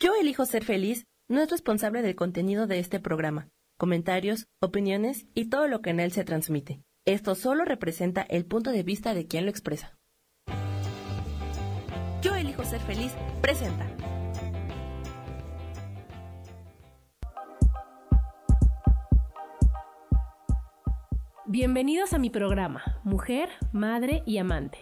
Yo elijo ser feliz no es responsable del contenido de este programa, comentarios, opiniones y todo lo que en él se transmite. Esto solo representa el punto de vista de quien lo expresa. Yo elijo ser feliz presenta. Bienvenidos a mi programa, Mujer, Madre y Amante.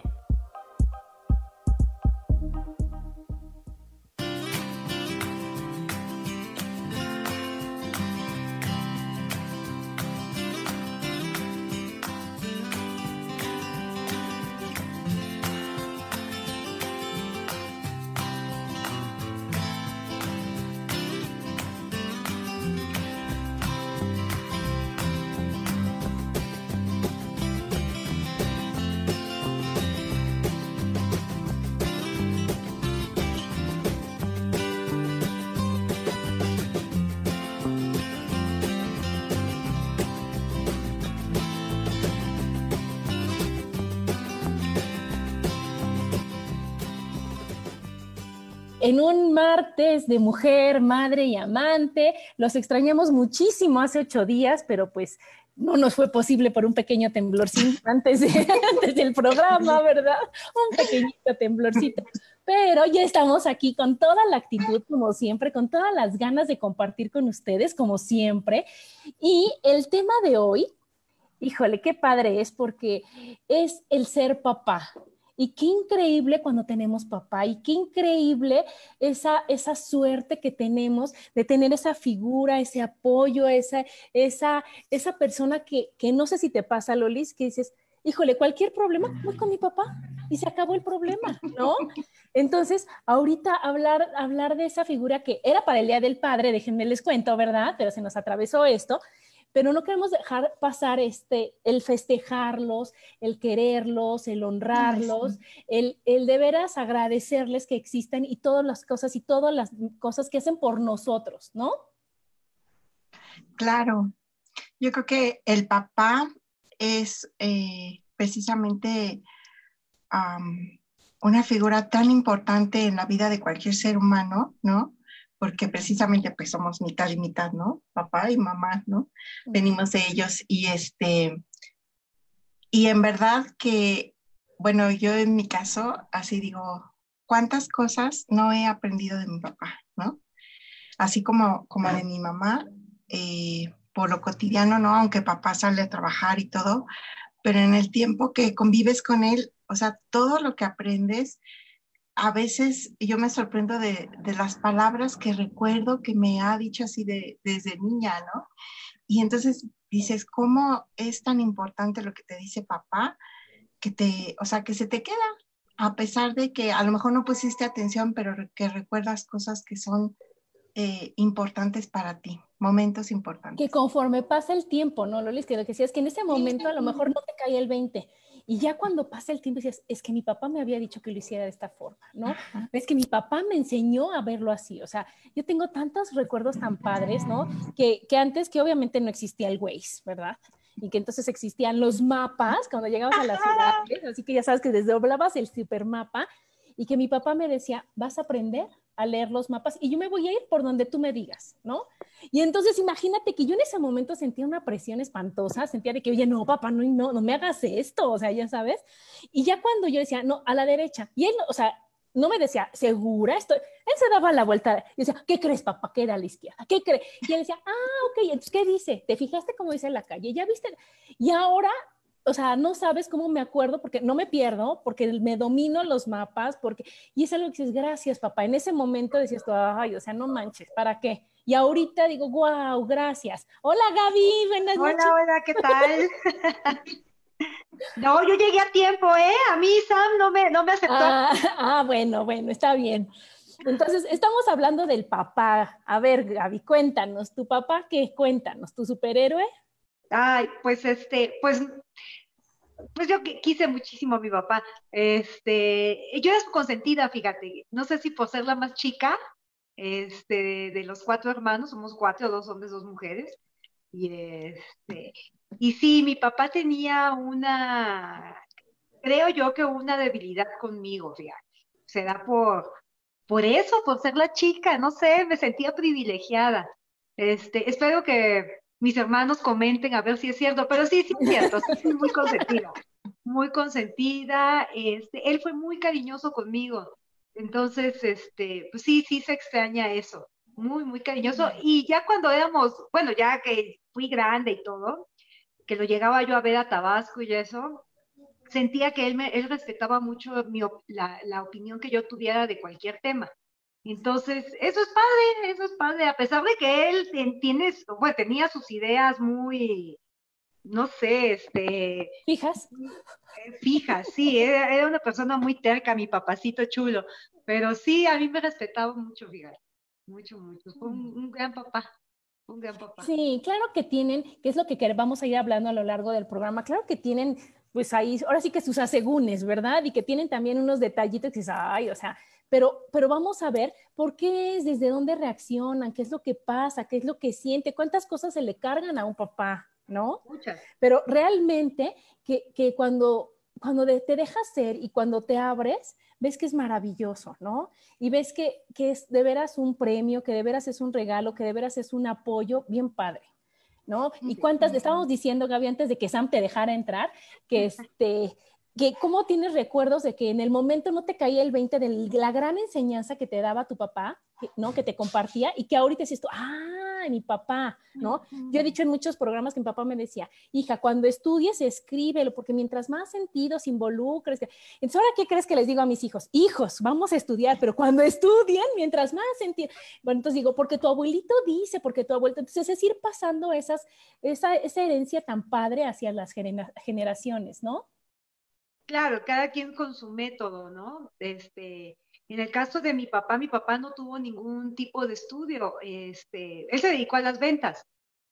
En un martes de mujer, madre y amante, los extrañamos muchísimo hace 8 días, pero pues no nos fue posible por un pequeño temblorcito antes del programa, ¿verdad? Un pequeñito temblorcito. Pero ya estamos aquí con toda la actitud, como siempre, con todas las ganas de compartir con ustedes, como siempre. Y el tema de hoy, híjole, qué padre es porque es el ser papá. Y qué increíble cuando tenemos papá y qué increíble esa suerte que tenemos de tener esa figura, ese apoyo, esa persona que no sé si te pasa, Lolis, que dices, híjole, cualquier problema, voy con mi papá y se acabó el problema, ¿no? Entonces, ahorita hablar de esa figura que era para el Día del Padre, déjenme les cuento, ¿verdad? Pero se nos atravesó esto. Pero no queremos dejar pasar el festejarlos, el quererlos, el honrarlos, el de veras agradecerles que existan y todas las cosas que hacen por nosotros, ¿no? Claro, yo creo que el papá es precisamente una figura tan importante en la vida de cualquier ser humano, ¿no? Porque precisamente pues somos mitad y mitad, ¿no? Papá y mamá, ¿no? Venimos de ellos y en verdad que, bueno, yo en mi caso así digo, ¿cuántas cosas no he aprendido de mi papá, ¿no? Así como de mi mamá, por lo cotidiano, ¿no? Aunque papá sale a trabajar y todo, pero en el tiempo que convives con él, o sea, todo lo que aprendes, a veces yo me sorprendo de las palabras que recuerdo que me ha dicho así desde niña, ¿no? Y entonces dices, ¿cómo es tan importante lo que te dice papá? O sea, que se te queda, a pesar de que a lo mejor no pusiste atención, pero que recuerdas cosas que son importantes para ti, momentos importantes. Que conforme pasa el tiempo, ¿no, Lolis? Que lo que decías, que en ese momento a lo mejor no te cae el 20, y ya cuando pasa el tiempo dices, es que mi papá me había dicho que lo hiciera de esta forma, ¿no? Ajá. Es que mi papá me enseñó a verlo así, o sea, yo tengo tantos recuerdos tan padres, ¿no? Que antes, que obviamente no existía el Waze, ¿verdad? Y que entonces existían los mapas cuando llegabas a las ciudades, así que ya sabes que desdoblabas el supermapa, y que mi papá me decía, vas a aprender a leer los mapas y yo me voy a ir por donde tú me digas, ¿no? Y entonces imagínate que yo en ese momento sentía una presión espantosa, sentía de que, oye, no, papá, no me hagas esto, o sea, ya sabes. Y ya cuando yo decía, no, a la derecha, y él, o sea, no me decía, ¿segura? Él se daba la vuelta y decía, ¿qué crees, papá? Que era a la izquierda, ¿qué crees? Y él decía, ok, entonces, ¿qué dice? ¿Te fijaste cómo dice en la calle? ¿Ya viste? Y ahora, o sea, no sabes cómo me acuerdo, porque no me pierdo, porque me domino los mapas, y es algo que dices, gracias, papá. En ese momento decías tú, ay, o sea, no manches, ¿para qué? Y ahorita digo, wow, gracias. Hola, Gaby, buenas noches. Hola, ¿qué tal? No, yo llegué a tiempo, ¿eh? A mí Sam no me aceptó. Bueno, pues bien. Entonces, estamos hablando del papá. A ver, Gaby, cuéntanos, ¿tu papá qué? Cuéntanos, ¿tu superhéroe? Ay, pues pues yo quise muchísimo a mi papá. Yo era su consentida, fíjate. No sé si por ser la más chica, de los 4 hermanos, somos 4, 2 hombres, 2 mujeres. Y sí, mi papá tenía creo yo que una debilidad conmigo, fíjate. Será por eso, por ser la chica, no sé, me sentía privilegiada. Espero que mis hermanos comenten a ver si es cierto, pero sí, sí es cierto, sí fui muy consentida, muy consentida. Él fue muy cariñoso conmigo, entonces, pues sí, sí se extraña eso, muy, muy cariñoso. Y ya cuando éramos, bueno, ya que fui grande y todo, que lo llegaba yo a ver a Tabasco y eso, sentía que él respetaba mucho la opinión que yo tuviera de cualquier tema. Entonces, eso es padre, a pesar de que él bueno, tenía sus ideas muy, no sé, ¿Fijas? fijas, sí, era una persona muy terca, mi papacito chulo, pero sí, a mí me respetaba mucho, fíjate, mucho, mucho, fue un gran papá, un gran papá. Sí, claro que tienen, que es lo que vamos a ir hablando a lo largo del programa, claro que tienen, pues ahí, ahora sí que sus asegúnes, ¿verdad? Y que tienen también unos detallitos que dices, ay, o sea, pero vamos a ver por qué es, desde dónde reaccionan, qué es lo que pasa, qué es lo que siente, cuántas cosas se le cargan a un papá, ¿no? Muchas. Pero realmente que cuando te dejas ser y cuando te abres, ves que es maravilloso, ¿no? Y ves que es de veras un premio, que de veras es un regalo, que de veras es un apoyo bien padre, ¿no? Y cuántas, estábamos diciendo, Gaby, antes de que Sam te dejara entrar, que que cómo tienes recuerdos de que en el momento no te caía el 20 de la gran enseñanza que te daba tu papá, ¿no? Que te compartía y que ahorita dices tú, ah, mi papá, ¿no? Yo he dicho en muchos programas que mi papá me decía, hija, cuando estudies, escríbelo, porque mientras más sentidos involucres. Entonces, ¿ahora qué crees que les digo a mis hijos? Hijos, vamos a estudiar, pero cuando estudien, mientras más sentido. Bueno, entonces digo, porque tu abuelito dice, porque tu abuelito. Entonces es ir pasando esa herencia tan padre hacia las generaciones, ¿no? Claro, cada quien con su método, ¿no? En el caso de mi papá no tuvo ningún tipo de estudio, él se dedicó a las ventas,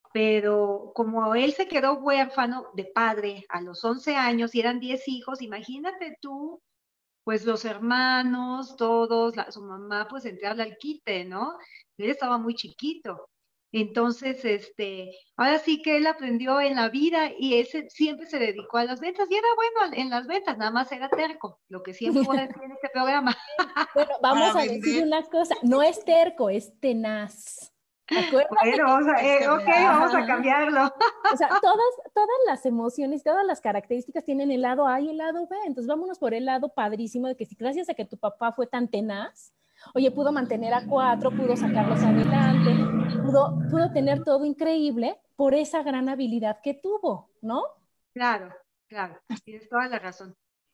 pero como él se quedó huérfano de padre a los 11 años y eran 10 hijos, imagínate tú, pues los hermanos, todos, su mamá, pues entrarle al quite, ¿no? Él estaba muy chiquito. Entonces, ahora sí que él aprendió en la vida y siempre se dedicó a las ventas y era bueno en las ventas, nada más era terco, lo que siempre voy a decir en este programa. Bueno, Para vamos a decir vender. una cosa, no es terco, es tenaz. Acuérdate Bueno, que ok, vamos a cambiarlo. o sea, todas las emociones, todas las características tienen el lado A y el lado B. Entonces, vámonos por el lado padrísimo de que si gracias a que tu papá fue tan tenaz, oye, pudo mantener a 4, pudo sacarlos adelante, pudo tener todo increíble por esa gran habilidad que tuvo, ¿no? Claro, claro, tienes toda la razón.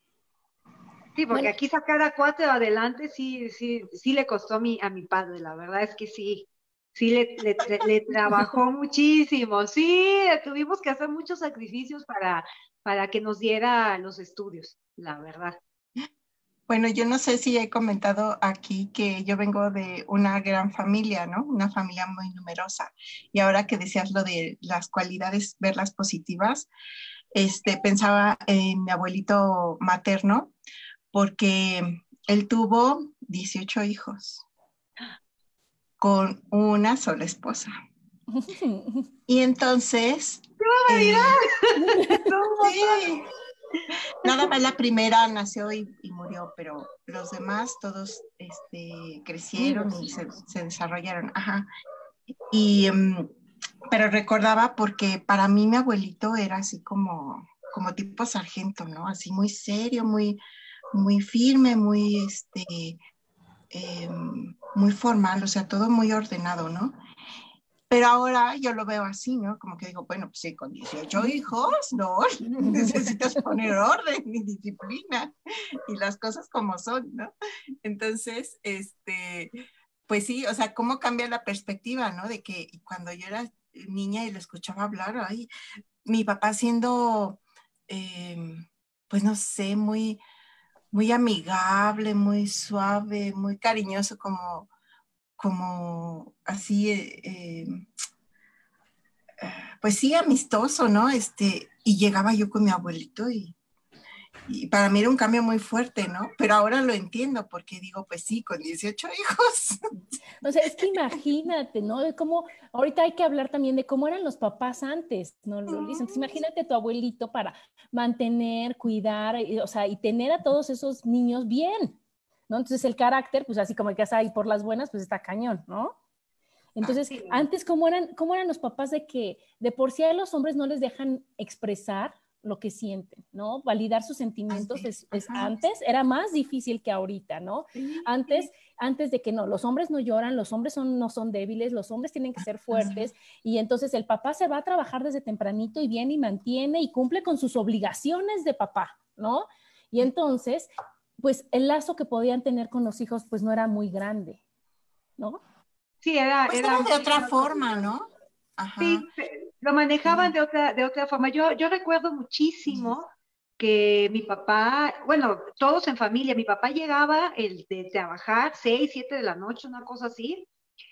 Sí, porque Bueno, aquí sacar a 4 adelante sí, sí, sí le costó a mi padre, la verdad es que sí, sí le trabajó muchísimo, sí, tuvimos que hacer muchos sacrificios para que nos diera los estudios, la verdad. Bueno, yo no sé si he comentado aquí que yo vengo de una gran familia, ¿no? Una familia muy numerosa. Y ahora que decías lo de las cualidades, verlas positivas, pensaba en mi abuelito materno, porque él tuvo 18 hijos con una sola esposa. Y entonces, sí, nada más la primera nació y murió, pero los demás todos crecieron vivos. y se desarrollaron. Ajá. Y, pero recordaba porque para mí mi abuelito era así como tipo sargento, ¿no? Así muy serio, muy firme, muy formal, o sea, todo muy ordenado, ¿no? Pero ahora yo lo veo así, ¿no? Como que digo, bueno, pues sí, con 18 hijos, no, necesitas poner orden y disciplina y las cosas como son, ¿no? Entonces, pues sí, o sea, cómo cambia la perspectiva, ¿no? De que cuando yo era niña y lo escuchaba hablar, ay, mi papá siendo, pues no sé, muy amigable, muy suave, muy cariñoso, como así, pues sí, amistoso, ¿no? Y llegaba yo con mi abuelito y para mí era un cambio muy fuerte, ¿no? Pero ahora lo entiendo porque digo, pues sí, con 18 hijos. O sea, es que imagínate, ¿no? De cómo, ahorita hay que hablar también de cómo eran los papás antes, ¿no, Lulis? Entonces, imagínate a tu abuelito para mantener, cuidar, o sea, y tener a todos esos niños bien, ¿no? Entonces el carácter, pues así como el que está ahí por las buenas, pues está cañón, ¿no? Entonces, antes, ¿cómo eran los papás de que de por sí a los hombres no les dejan expresar lo que sienten, ¿no? Validar sus sentimientos antes era más difícil que ahorita, ¿no? Antes de que no, los hombres no lloran, los hombres no son débiles, los hombres tienen que ser fuertes, y entonces el papá se va a trabajar desde tempranito y viene y mantiene y cumple con sus obligaciones de papá, ¿no? Y entonces, pues el lazo que podían tener con los hijos, pues no era muy grande, ¿no? Sí, pues era de otra forma, ¿no? Ajá. Sí, lo manejaban de otra forma. Yo recuerdo muchísimo que mi papá, bueno, todos en familia, mi papá llegaba de trabajar 6, 7 de la noche, una cosa así,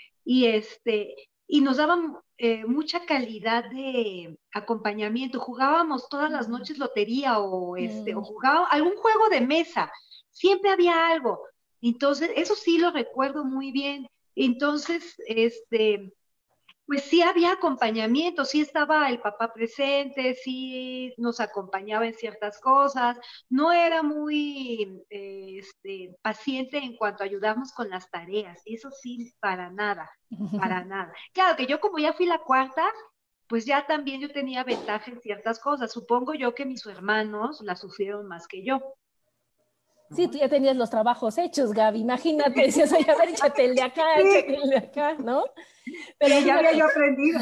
y nos daban mucha calidad de acompañamiento. Jugábamos todas las noches lotería o jugábamos algún juego de mesa. Siempre había algo. Entonces, eso sí lo recuerdo muy bien. Entonces, pues sí había acompañamiento, sí estaba el papá presente, sí nos acompañaba en ciertas cosas, no era muy paciente en cuanto a ayudarnos con las tareas, eso sí, para nada, para nada. Claro que yo como ya fui la cuarta, pues ya también yo tenía ventaja en ciertas cosas, supongo yo que mis hermanos la sufrieron más que yo. Sí, tú ya tenías los trabajos hechos, Gaby. Imagínate, decías, oye, a ver, échate el de acá, échate el de acá, ¿no? Pero sí, ya había yo aprendido.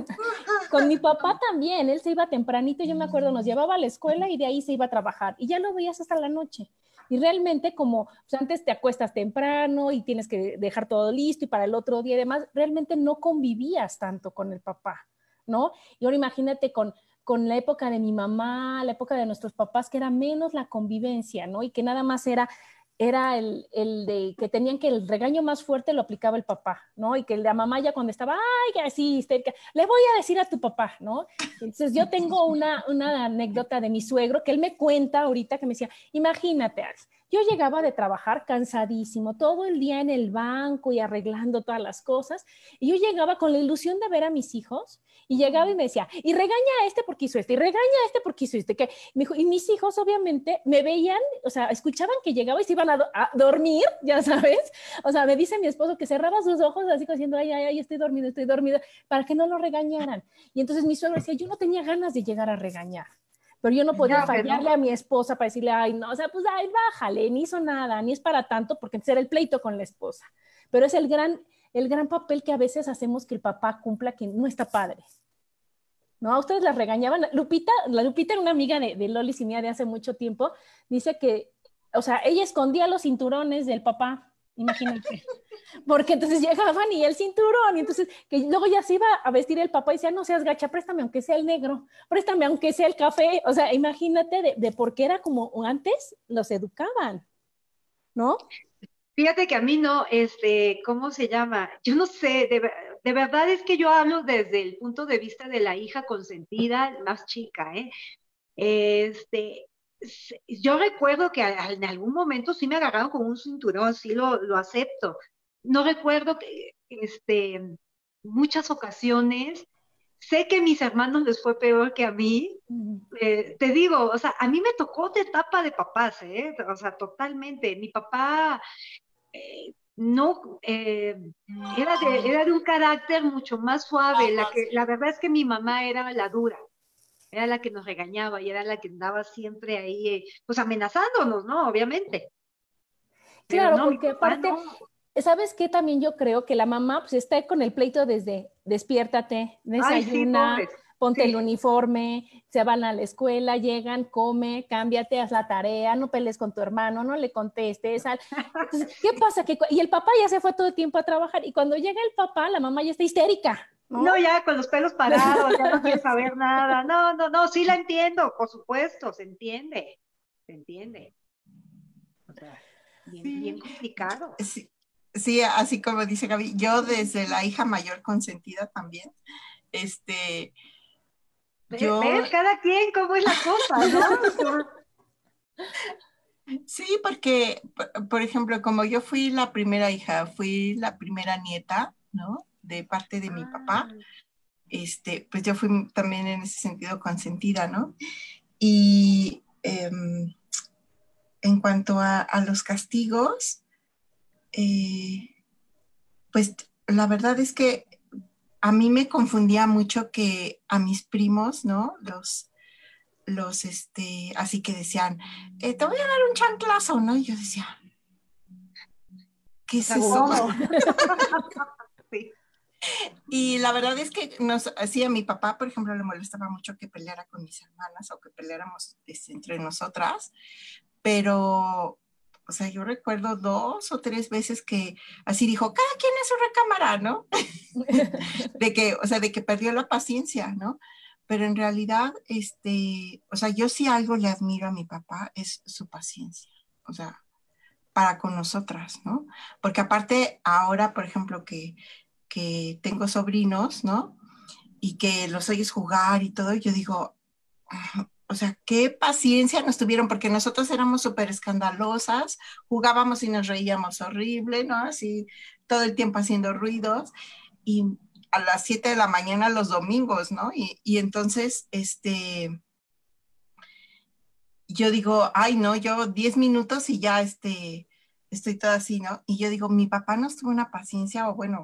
Con mi papá también, él se iba tempranito, yo me acuerdo, nos llevaba a la escuela y de ahí se iba a trabajar. Y ya lo veías hasta la noche. Y realmente como pues antes te acuestas temprano y tienes que dejar todo listo y para el otro día y demás, realmente no convivías tanto con el papá, ¿no? Y ahora imagínate con la época de mi mamá, la época de nuestros papás, que era menos la convivencia, ¿no? Y que nada más era el de que tenían que el regaño más fuerte lo aplicaba el papá, ¿no? Y que el de la mamá ya cuando estaba, ay, así, le voy a decir a tu papá, ¿no? Entonces yo tengo una anécdota de mi suegro que él me cuenta ahorita que me decía, imagínate, Alex, yo llegaba de trabajar cansadísimo, todo el día en el banco y arreglando todas las cosas, y yo llegaba con la ilusión de ver a mis hijos, y llegaba y me decía, y regaña a este porque hizo este, y regaña a este porque hizo este, que me dijo, y mis hijos obviamente me veían, o sea, escuchaban que llegaba y se iban a dormir, ya sabes, o sea, me dice mi esposo que cerraba sus ojos así como diciendo, ay, estoy dormido, para que no lo regañaran, y entonces mi suegro decía, yo no tenía ganas de llegar a regañar, pero yo no podía fallarle a mi esposa para decirle, ay, no, o sea, pues, ay, bájale, ni hizo nada, ni es para tanto, porque entonces era el pleito con la esposa, pero es el gran papel que a veces hacemos que el papá cumpla, que no está padre. ¿No? A ustedes las regañaban. La Lupita era una amiga de Lolis y mía de hace mucho tiempo, dice que, o sea, ella escondía los cinturones del papá, imagínate, porque entonces llegaban y el cinturón, y entonces que luego ya se iba a vestir el papá y decía, no seas gacha, préstame aunque sea el negro, préstame aunque sea el café, o sea, imagínate de por qué era como antes los educaban, ¿no? Fíjate que a mí no, ¿cómo se llama? Yo no sé, de verdad es que yo hablo desde el punto de vista de la hija consentida, más chica, ¿eh? Yo recuerdo que en algún momento sí me agarraron con un cinturón, sí lo acepto. No recuerdo que, muchas ocasiones, sé que a mis hermanos les fue peor que a mí. Te digo, o sea, a mí me tocó otra etapa de papás, ¿eh? O sea, totalmente. Mi papá no, era de un carácter mucho más suave. La verdad es que mi mamá era la dura, era la que nos regañaba y era la que andaba siempre ahí, pues amenazándonos, ¿no? Obviamente. Claro, no, porque aparte, no. ¿Sabes qué? También yo creo que la mamá pues está con el pleito desde despiértate, desayuna, ay, sí, ponte el uniforme, se van a la escuela, llegan, come, cámbiate, haz la tarea, no pelees con tu hermano, no le contestes. Entonces, ¿qué pasa? Y el papá ya se fue todo el tiempo a trabajar y cuando llega el papá, la mamá ya está histérica. No, ya con los pelos parados, ya no quiere saber nada. No, sí la entiendo, por supuesto, se entiende. O sea, bien complicado. Sí, así como dice Gaby, yo desde la hija mayor consentida también, ¿Ves? Cada quien cómo es la cosa, ¿no? Sí, porque, por ejemplo, como yo fui la primera hija, fui la primera nieta, ¿no? De parte de mi papá, pues yo fui también en ese sentido consentida, ¿no? Y en cuanto a los castigos, pues la verdad es que a mí me confundía mucho que a mis primos, ¿no? Así que decían, te voy a dar un chanclazo, ¿no? Y yo decía, ¿qué es eso? Sí. Y la verdad es que así a mi papá, por ejemplo, le molestaba mucho que peleara con mis hermanas o que peleáramos entre nosotras, pero, o sea, yo recuerdo 2 o 3 veces que así dijo, cada quien en su recámara, ¿no? de que perdió la paciencia, ¿no? Pero en realidad, o sea, yo sí algo le admiro a mi papá, es su paciencia, o sea, para con nosotras, ¿no? Porque aparte, ahora, por ejemplo, que tengo sobrinos, ¿no? Y que los oyes jugar y todo, yo digo, o sea, qué paciencia nos tuvieron, porque nosotros éramos súper escandalosas, jugábamos y nos reíamos horrible, ¿no? Así todo el tiempo haciendo ruidos, y a las 7 de la mañana los domingos, ¿no? Y entonces, yo digo, ay, no, yo 10 minutos y ya, estoy toda así, ¿no? Y yo digo, mi papá nos tuvo una paciencia, o bueno,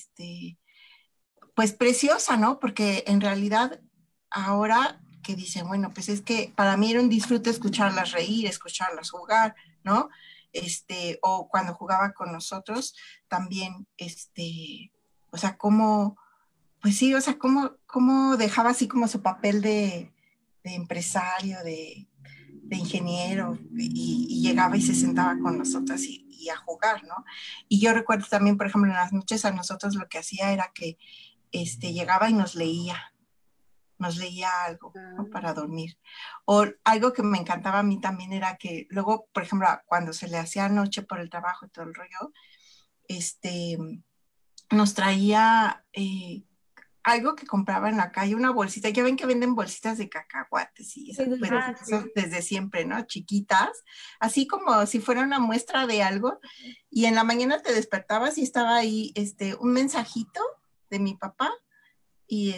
pues preciosa, ¿no? Porque en realidad ahora que dicen, bueno, pues es que para mí era un disfrute escucharlas reír, escucharlas jugar, ¿no? O cuando jugaba con nosotros, también, o sea, cómo, pues sí, o sea, cómo dejaba así como su papel de empresario, de ingeniero, y llegaba y se sentaba con nosotras y a jugar, ¿no? Y yo recuerdo también, por ejemplo, en las noches a nosotros lo que hacía era que llegaba y nos leía algo, ¿no? Para dormir. O algo que me encantaba a mí también era que luego, por ejemplo, cuando se le hacía noche por el trabajo y todo el rollo, este, nos traía algo que compraba en la calle, una bolsita. Ya ven que venden bolsitas de cacahuates y eso, pues, eso desde siempre, ¿no? Chiquitas, así como si fuera una muestra de algo. Y en la mañana te despertabas y estaba ahí un mensajito de mi papá y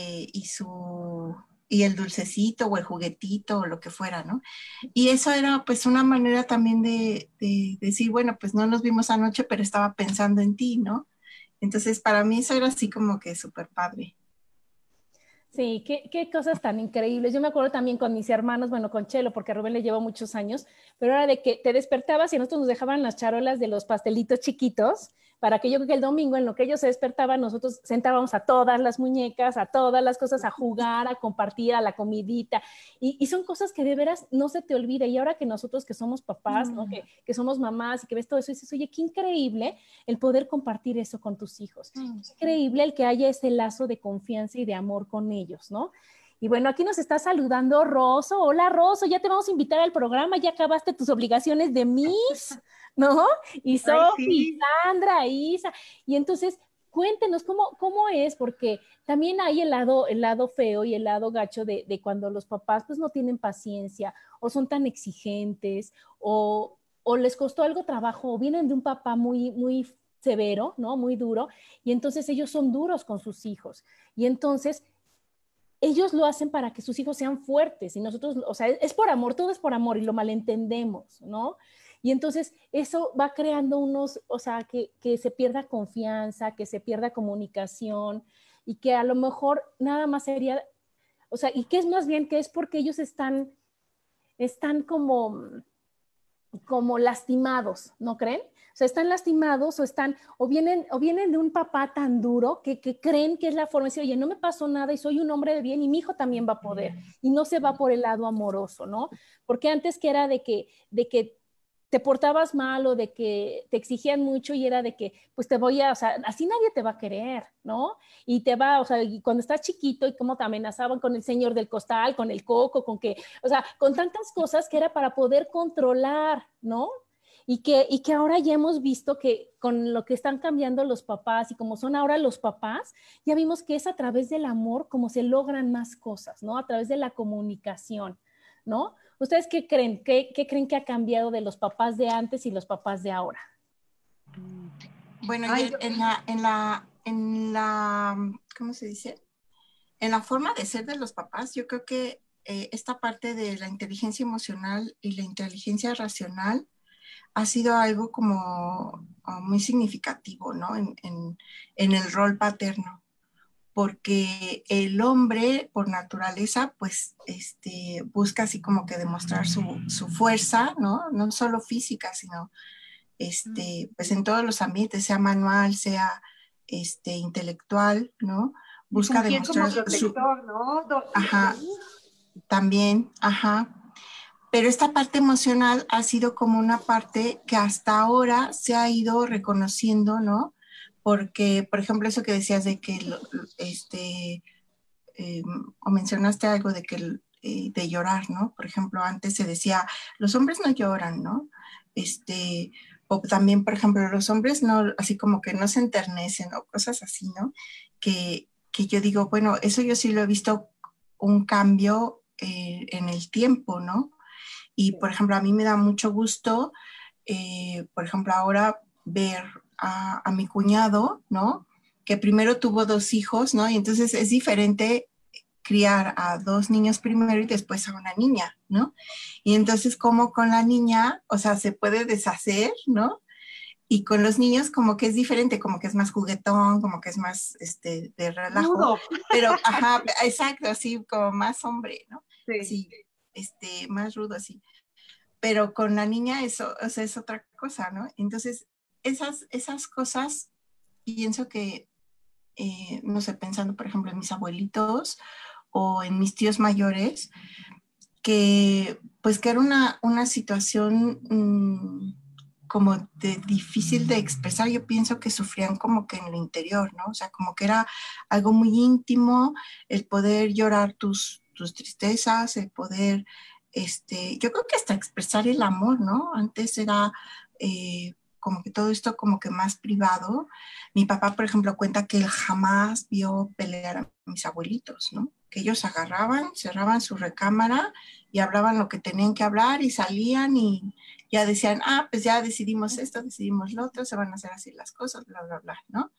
y el dulcecito o el juguetito o lo que fuera, ¿no? Y eso era pues una manera también de decir, bueno, pues no nos vimos anoche, pero estaba pensando en ti, ¿no? Entonces para mí eso era así como que súper padre. Sí, qué cosas tan increíbles. Yo me acuerdo también con mis hermanos, bueno, con Chelo, porque a Rubén le llevo muchos años, pero era de que te despertabas y a nosotros nos dejaban las charolas de los pastelitos chiquitos, para que yo creo que el domingo, en lo que ellos se despertaban, nosotros sentábamos a todas las muñecas, a todas las cosas, a jugar, a compartir, a la comidita. Y son cosas que de veras no se te olvida. Y ahora que nosotros que somos papás, ¿no? que somos mamás y que ves todo eso, y dices, oye, qué increíble el poder compartir eso con tus hijos. Qué increíble el que haya ese lazo de confianza y de amor con ellos, ¿no? Y bueno, aquí nos está saludando Roso. Hola, Roso, ya te vamos a invitar al programa, ya acabaste tus obligaciones de Miss, ¿no? Y Sofi, sí. Sandra, Isa. Y entonces, cuéntenos cómo es, porque también hay el lado feo y el lado gacho de cuando los papás pues no tienen paciencia o son tan exigentes o les costó algo trabajo o vienen de un papá muy severo, ¿no? Muy duro, y entonces ellos son duros con sus hijos. Y entonces ellos lo hacen para que sus hijos sean fuertes y nosotros, o sea, es por amor, todo es por amor y lo malentendemos, ¿no? Y entonces eso va creando o sea, que se pierda confianza, que se pierda comunicación y que a lo mejor nada más sería, o sea, y que es más bien que es porque ellos están como lastimados, ¿no creen? O sea, están lastimados o vienen de un papá tan duro que creen que es la forma de decir, oye, no me pasó nada y soy un hombre de bien y mi hijo también va a poder. Y no se va por el lado amoroso, ¿no? Porque antes que era de que te portabas mal o de que te exigían mucho y era de que, pues o sea, así nadie te va a querer, ¿no? Y o sea, y cuando estás chiquito y como te amenazaban con el señor del costal, con el coco, o sea, con tantas cosas que era para poder controlar, ¿no? Y que ahora ya hemos visto que con lo que están cambiando los papás y como son ahora los papás, ya vimos que es a través del amor como se logran más cosas, ¿no? A través de la comunicación, ¿no? ¿Ustedes qué creen? ¿Qué creen que ha cambiado de los papás de antes y los papás de ahora? Bueno, ¿cómo se dice? En la forma de ser de los papás, yo creo que esta parte de la inteligencia emocional y la inteligencia racional ha sido algo como muy significativo, ¿no? En el rol paterno, porque el hombre por naturaleza pues busca así como que demostrar su fuerza, ¿no? No solo física, sino pues en todos los ambientes, sea manual, sea intelectual, ¿no? Y Busca fungir como demostrar su... protector, ¿no? Ajá, también, ajá. Pero esta parte emocional ha sido como una parte que hasta ahora se ha ido reconociendo, ¿no? Porque, por ejemplo, eso que decías de que, o mencionaste algo de que, de llorar, ¿no? Por ejemplo, antes se decía, los hombres no lloran, ¿no? O también, por ejemplo, los hombres no, así como que no se enternecen o cosas así, ¿no? Que yo digo, bueno, eso yo sí lo he visto un cambio en el tiempo, ¿no? Y, por ejemplo, a mí me da mucho gusto, por ejemplo, ahora ver a mi cuñado, ¿no? Que primero tuvo 2 hijos, ¿no? Y entonces es diferente criar a 2 niños primero y después a una niña, ¿no? Y entonces como con la niña, o sea, se puede deshacer, ¿no? Y con los niños como que es diferente, como que es más juguetón, como que es más de relajo, Rudo. pero, ajá, exacto, así como más hombre, ¿no? Sí. Así, más rudo, así. Pero con la niña eso, o sea, es otra cosa, ¿no? Entonces, esas cosas, pienso que, no sé, pensando, por ejemplo, en mis abuelitos o en mis tíos mayores, que pues que era una situación como de difícil de expresar. Yo pienso que sufrían como que en lo interior, ¿no? O sea, como que era algo muy íntimo, el poder llorar tus tristezas, el poder, yo creo que hasta expresar el amor, ¿no? Antes era como que todo esto como que más privado. Mi papá, por ejemplo, cuenta que él jamás vio pelear a mis abuelitos, ¿no? Que ellos agarraban, cerraban su recámara y hablaban lo que tenían que hablar y salían y ya decían, pues ya decidimos esto, decidimos lo otro, se van a hacer así las cosas, bla, bla, bla, ¿no?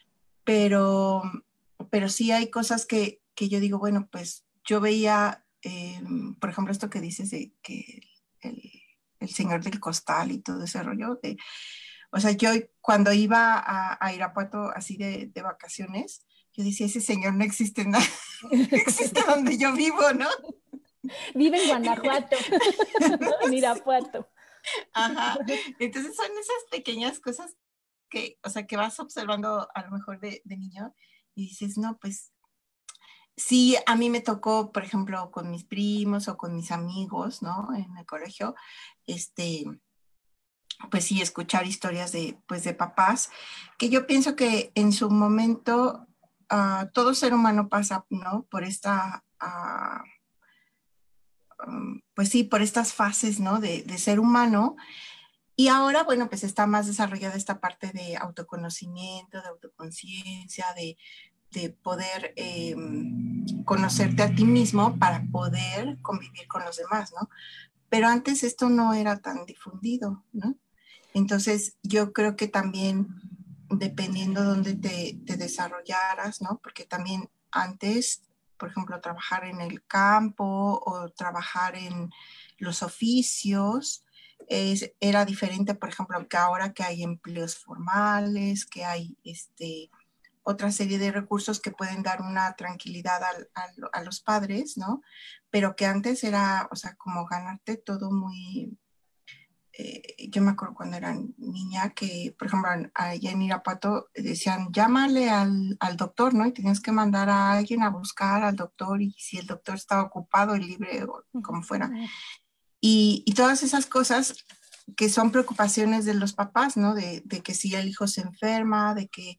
Pero, pero sí hay cosas que yo digo, bueno, pues yo veía, por ejemplo, esto que dices de que el, el señor del costal y todo ese rollo, o sea, yo cuando iba a Irapuato así de vacaciones, yo decía, ese señor no existe, no existe donde yo vivo, ¿no? Vive en Guanajuato, en Irapuato. Ajá. Entonces son esas pequeñas cosas que, o sea, que vas observando a lo mejor de niño y dices, no, pues sí, a mí me tocó, por ejemplo, con mis primos o con mis amigos, ¿no? En el colegio, pues sí, escuchar historias pues de papás, que yo pienso que en su momento todo ser humano pasa, ¿no? Por esta, pues sí, por estas fases, ¿no? De ser humano. Y ahora, bueno, pues está más desarrollada esta parte de autoconocimiento, de autoconciencia, de poder conocerte a ti mismo para poder convivir con los demás, ¿no? Pero antes esto no era tan difundido, ¿no? Entonces, yo creo que también, dependiendo de dónde te desarrollaras, ¿no? Porque también antes, por ejemplo, trabajar en el campo o trabajar en los oficios, era diferente, por ejemplo, que ahora que hay empleos formales, que hay otra serie de recursos que pueden dar una tranquilidad a los padres, ¿no? Pero que antes era, o sea, como ganarte todo muy... yo me acuerdo cuando era niña que, por ejemplo, allá en Irapuato decían, llámale al doctor, ¿no? Y tenías que mandar a alguien a buscar al doctor y si el doctor estaba ocupado y libre o como fuera. Y todas esas cosas que son preocupaciones de los papás, ¿no? De que si el hijo se enferma, de que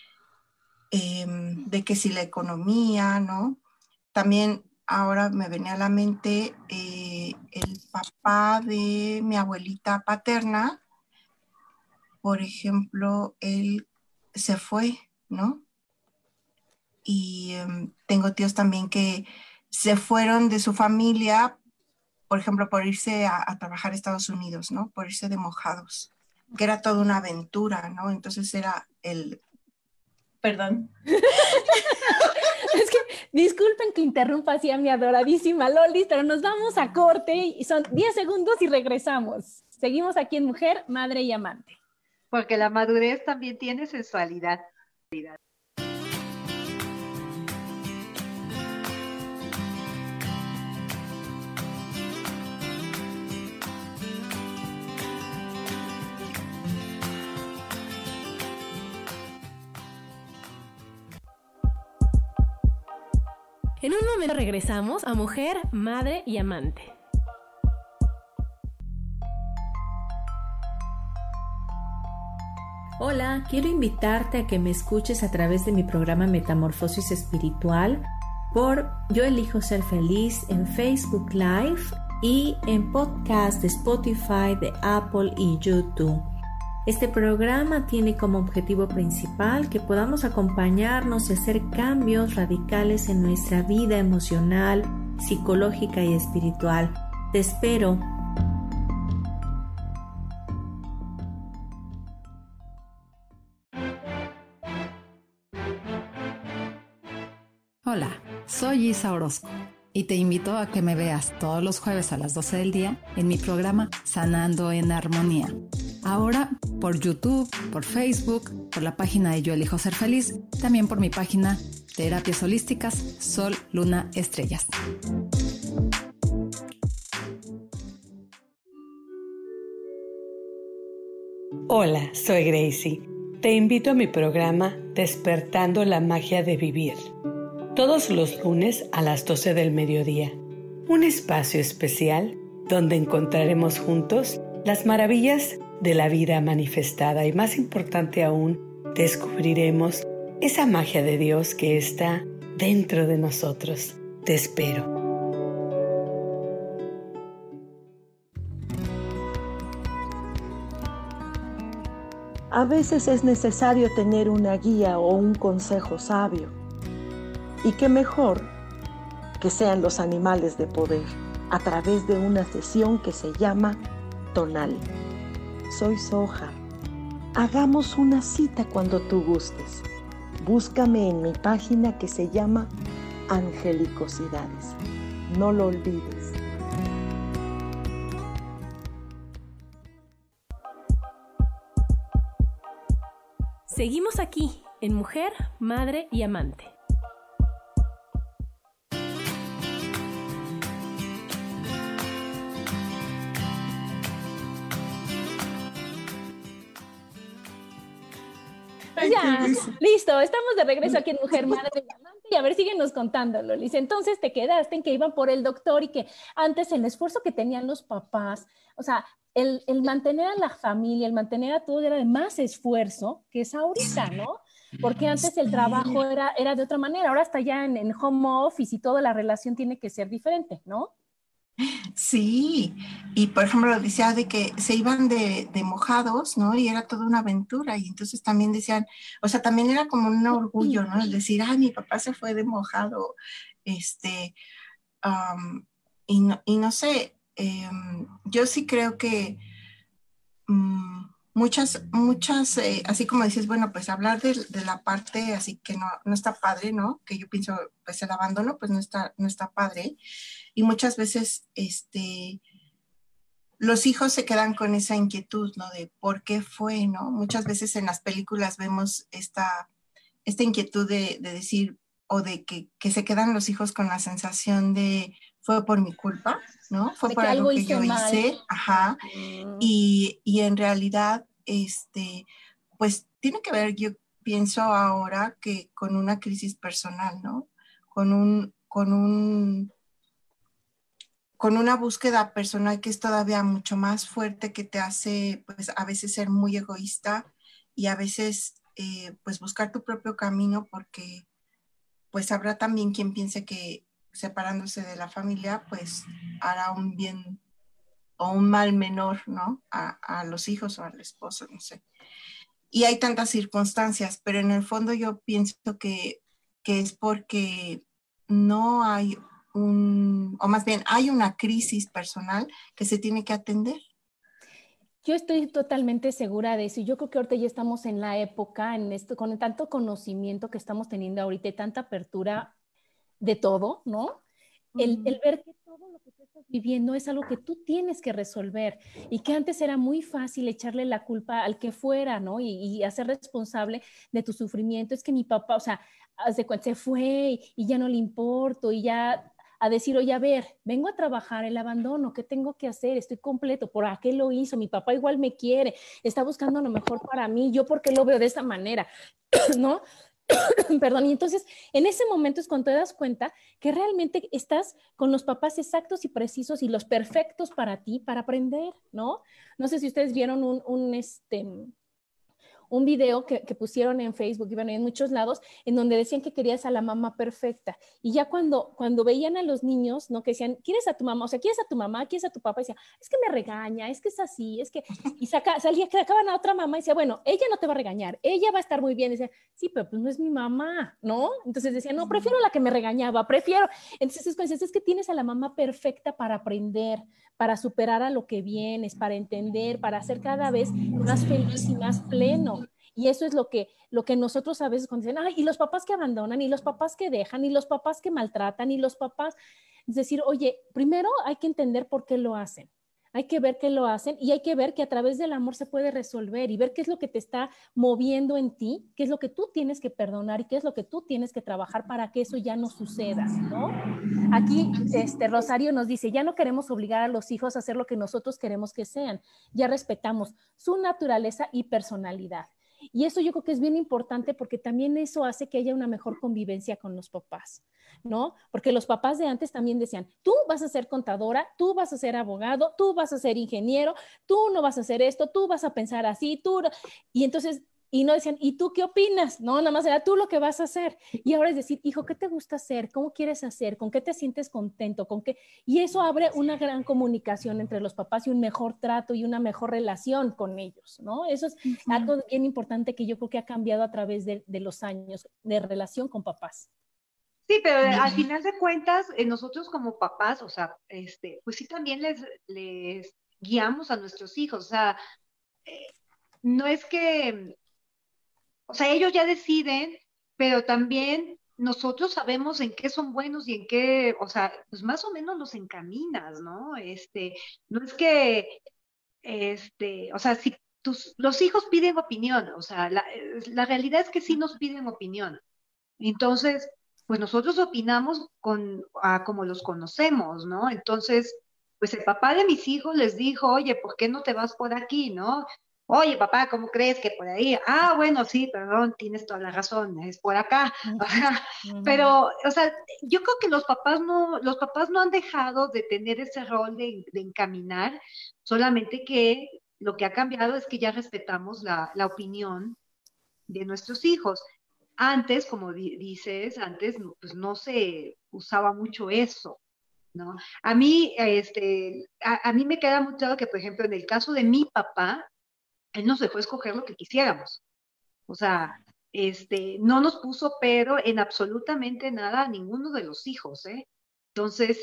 si la economía, ¿no? También ahora me venía a la mente el papá de mi abuelita paterna, por ejemplo, él se fue, ¿no? Y tengo tíos también que se fueron de su familia, por ejemplo, por irse a trabajar a Estados Unidos, ¿no? Por irse de mojados, que era toda una aventura, ¿no? Entonces era el... Perdón. Es que Disculpen que interrumpa así a mi adoradísima Lolis, pero nos vamos a corte y son 10 segundos y regresamos. Seguimos aquí en Mujer, Madre y Amante. Porque la madurez también tiene sensualidad. En un momento regresamos a Mujer, Madre y Amante. Hola, quiero invitarte a que me escuches a través de mi programa Metamorfosis Espiritual por Yo Elijo Ser Feliz en Facebook Live y en podcast de Spotify, de Apple y YouTube. Este programa tiene como objetivo principal que podamos acompañarnos y hacer cambios radicales en nuestra vida emocional, psicológica y espiritual. Te espero. Hola, soy Isa Orozco y te invito a que me veas todos los jueves a las 12 del día en mi programa Sanando en Armonía. Ahora por YouTube, por Facebook, por la página de Yo Elijo Ser Feliz, también por mi página Terapias Holísticas Sol, Luna, Estrellas. Hola, soy Gracie. Te invito a mi programa Despertando la Magia de Vivir. Todos los lunes a las 12 del mediodía. Un espacio especial donde encontraremos juntos las maravillas de la vida manifestada y, más importante aún, descubriremos esa magia de Dios que está dentro de nosotros. Te espero. A veces es necesario tener una guía o un consejo sabio. Y qué mejor que sean los animales de poder a través de una sesión que se llama Tonal. Soy Soja. Hagamos una cita cuando tú gustes. Búscame en mi página que se llama Angelicosidades. No lo olvides. Seguimos aquí en Mujer, Madre y Amante. Ya, listo, estamos de regreso aquí en Mujer, Madre y Amante. Y a ver, síguenos contando, Lolis. Entonces te quedaste en que iban por el doctor y que antes el esfuerzo que tenían los papás, o sea, el mantener a la familia, el mantener a todo era de más esfuerzo que es ahorita, ¿no? Porque antes el trabajo era de otra manera, ahora está ya en home office y toda la relación tiene que ser diferente, ¿no? Sí, y por ejemplo decía de que se iban de mojados, ¿no? Y era toda una aventura, y entonces también decían, o sea, también era como un orgullo, ¿no? Es decir, ay, mi papá se fue de mojado, y no sé, yo sí creo que muchas, así como dices, bueno, pues hablar de la parte así que no está padre, ¿no? Que yo pienso, pues el abandono, pues no está padre. Y muchas veces, los hijos se quedan con esa inquietud, ¿no? De por qué fue, ¿no? Muchas veces en las películas vemos esta inquietud de decir, o de que se quedan los hijos con la sensación de, fue por mi culpa, ¿no? Fue por algo que yo hice, ajá. Y en realidad, pues tiene que ver, yo pienso ahora que con una crisis personal, ¿no? Con una búsqueda personal que es todavía mucho más fuerte, que te hace, pues, a veces ser muy egoísta y a veces, pues, buscar tu propio camino, porque, pues, habrá también quien piense que separándose de la familia, pues, hará un bien o un mal menor, ¿no? A los hijos o al esposo, no sé. Y hay tantas circunstancias, pero en el fondo yo pienso que es porque no hay o más bien hay una crisis personal que se tiene que atender. Yo estoy totalmente segura de eso y yo creo que ahorita ya estamos en la época, en esto, con tanto conocimiento que estamos teniendo ahorita y tanta apertura, de todo, ¿no? El ver que todo lo que tú estás viviendo es algo que tú tienes que resolver y que antes era muy fácil echarle la culpa al que fuera, ¿no? Y hacer responsable de tu sufrimiento. Es que mi papá, o sea, haz de cuenta, se fue y ya no le importo y ya a decir, oye, a ver, vengo a trabajar, el abandono, ¿qué tengo que hacer? Estoy completo, ¿por qué lo hizo? Mi papá igual me quiere, está buscando lo mejor para mí, ¿yo por qué lo veo de esa manera? ¿No? Perdón, y entonces en ese momento es cuando te das cuenta que realmente estás con los papás exactos y precisos y los perfectos para ti, para aprender, ¿no? No sé si ustedes vieron un video que pusieron en Facebook y bueno, en muchos lados, en donde decían que querías a la mamá perfecta. Y ya cuando veían a los niños, ¿no? Que decían, ¿quieres a tu mamá? O sea, ¿quieres a tu mamá? ¿Quieres a tu papá? Y decía, es que me regaña, es que es así, es que... Y sacaban a otra mamá y decía, bueno, ella no te va a regañar, ella va a estar muy bien. Y decía, sí, pero pues no es mi mamá, ¿no? Entonces decía, no, prefiero la que me regañaba, prefiero. Entonces es que tienes a la mamá perfecta para aprender, para superar a lo que vienes, para entender, para ser cada vez más feliz y más pleno. Y eso es lo que nosotros a veces cuando dicen, ay, y los papás que abandonan, y los papás que dejan, y los papás que maltratan, y los papás, es decir, oye, primero hay que entender por qué lo hacen. Hay que ver qué lo hacen y hay que ver que a través del amor se puede resolver y ver qué es lo que te está moviendo en ti, qué es lo que tú tienes que perdonar y qué es lo que tú tienes que trabajar para que eso ya no suceda, ¿no? Aquí Rosario nos dice, ya no queremos obligar a los hijos a hacer lo que nosotros queremos que sean, ya respetamos su naturaleza y personalidad. Y eso yo creo que es bien importante porque también eso hace que haya una mejor convivencia con los papás, ¿no? Porque los papás de antes también decían, tú vas a ser contadora, tú vas a ser abogado, tú vas a ser ingeniero, tú no vas a hacer esto, tú vas a pensar así, tú... Y entonces... Y no decían, ¿y tú qué opinas? No, nada más era tú lo que vas a hacer. Y ahora es decir, hijo, ¿qué te gusta hacer? ¿Cómo quieres hacer? ¿Con qué te sientes contento? ¿Con qué? Y eso abre una gran comunicación entre los papás y un mejor trato y una mejor relación con ellos, ¿no? Eso es algo bien importante que yo creo que ha cambiado a través de los años de relación con papás. Sí, pero al final de cuentas, nosotros como papás, o sea, pues sí también les guiamos a nuestros hijos, o sea, no es que... O sea, ellos ya deciden, pero también nosotros sabemos en qué son buenos y en qué, o sea, pues más o menos los encaminas, ¿no? No es que, o sea, si los hijos piden opinión, o sea, la realidad es que sí nos piden opinión. Entonces, pues nosotros opinamos como los conocemos, ¿no? Entonces, pues el papá de mis hijos les dijo, oye, ¿por qué no te vas por aquí, no? Oye, papá, ¿cómo crees que por ahí? Ah, bueno, sí, perdón, tienes toda la razón, es por acá. Pero, o sea, yo creo que los papás no han dejado de tener ese rol de encaminar, solamente que lo que ha cambiado es que ya respetamos la opinión de nuestros hijos. Antes, como dices, antes pues no se usaba mucho eso, ¿no? A mí, a mí me queda muy claro que, por ejemplo, en el caso de mi papá, él nos dejó escoger lo que quisiéramos. O sea, no nos puso pero en absolutamente nada a ninguno de los hijos, ¿eh? Entonces,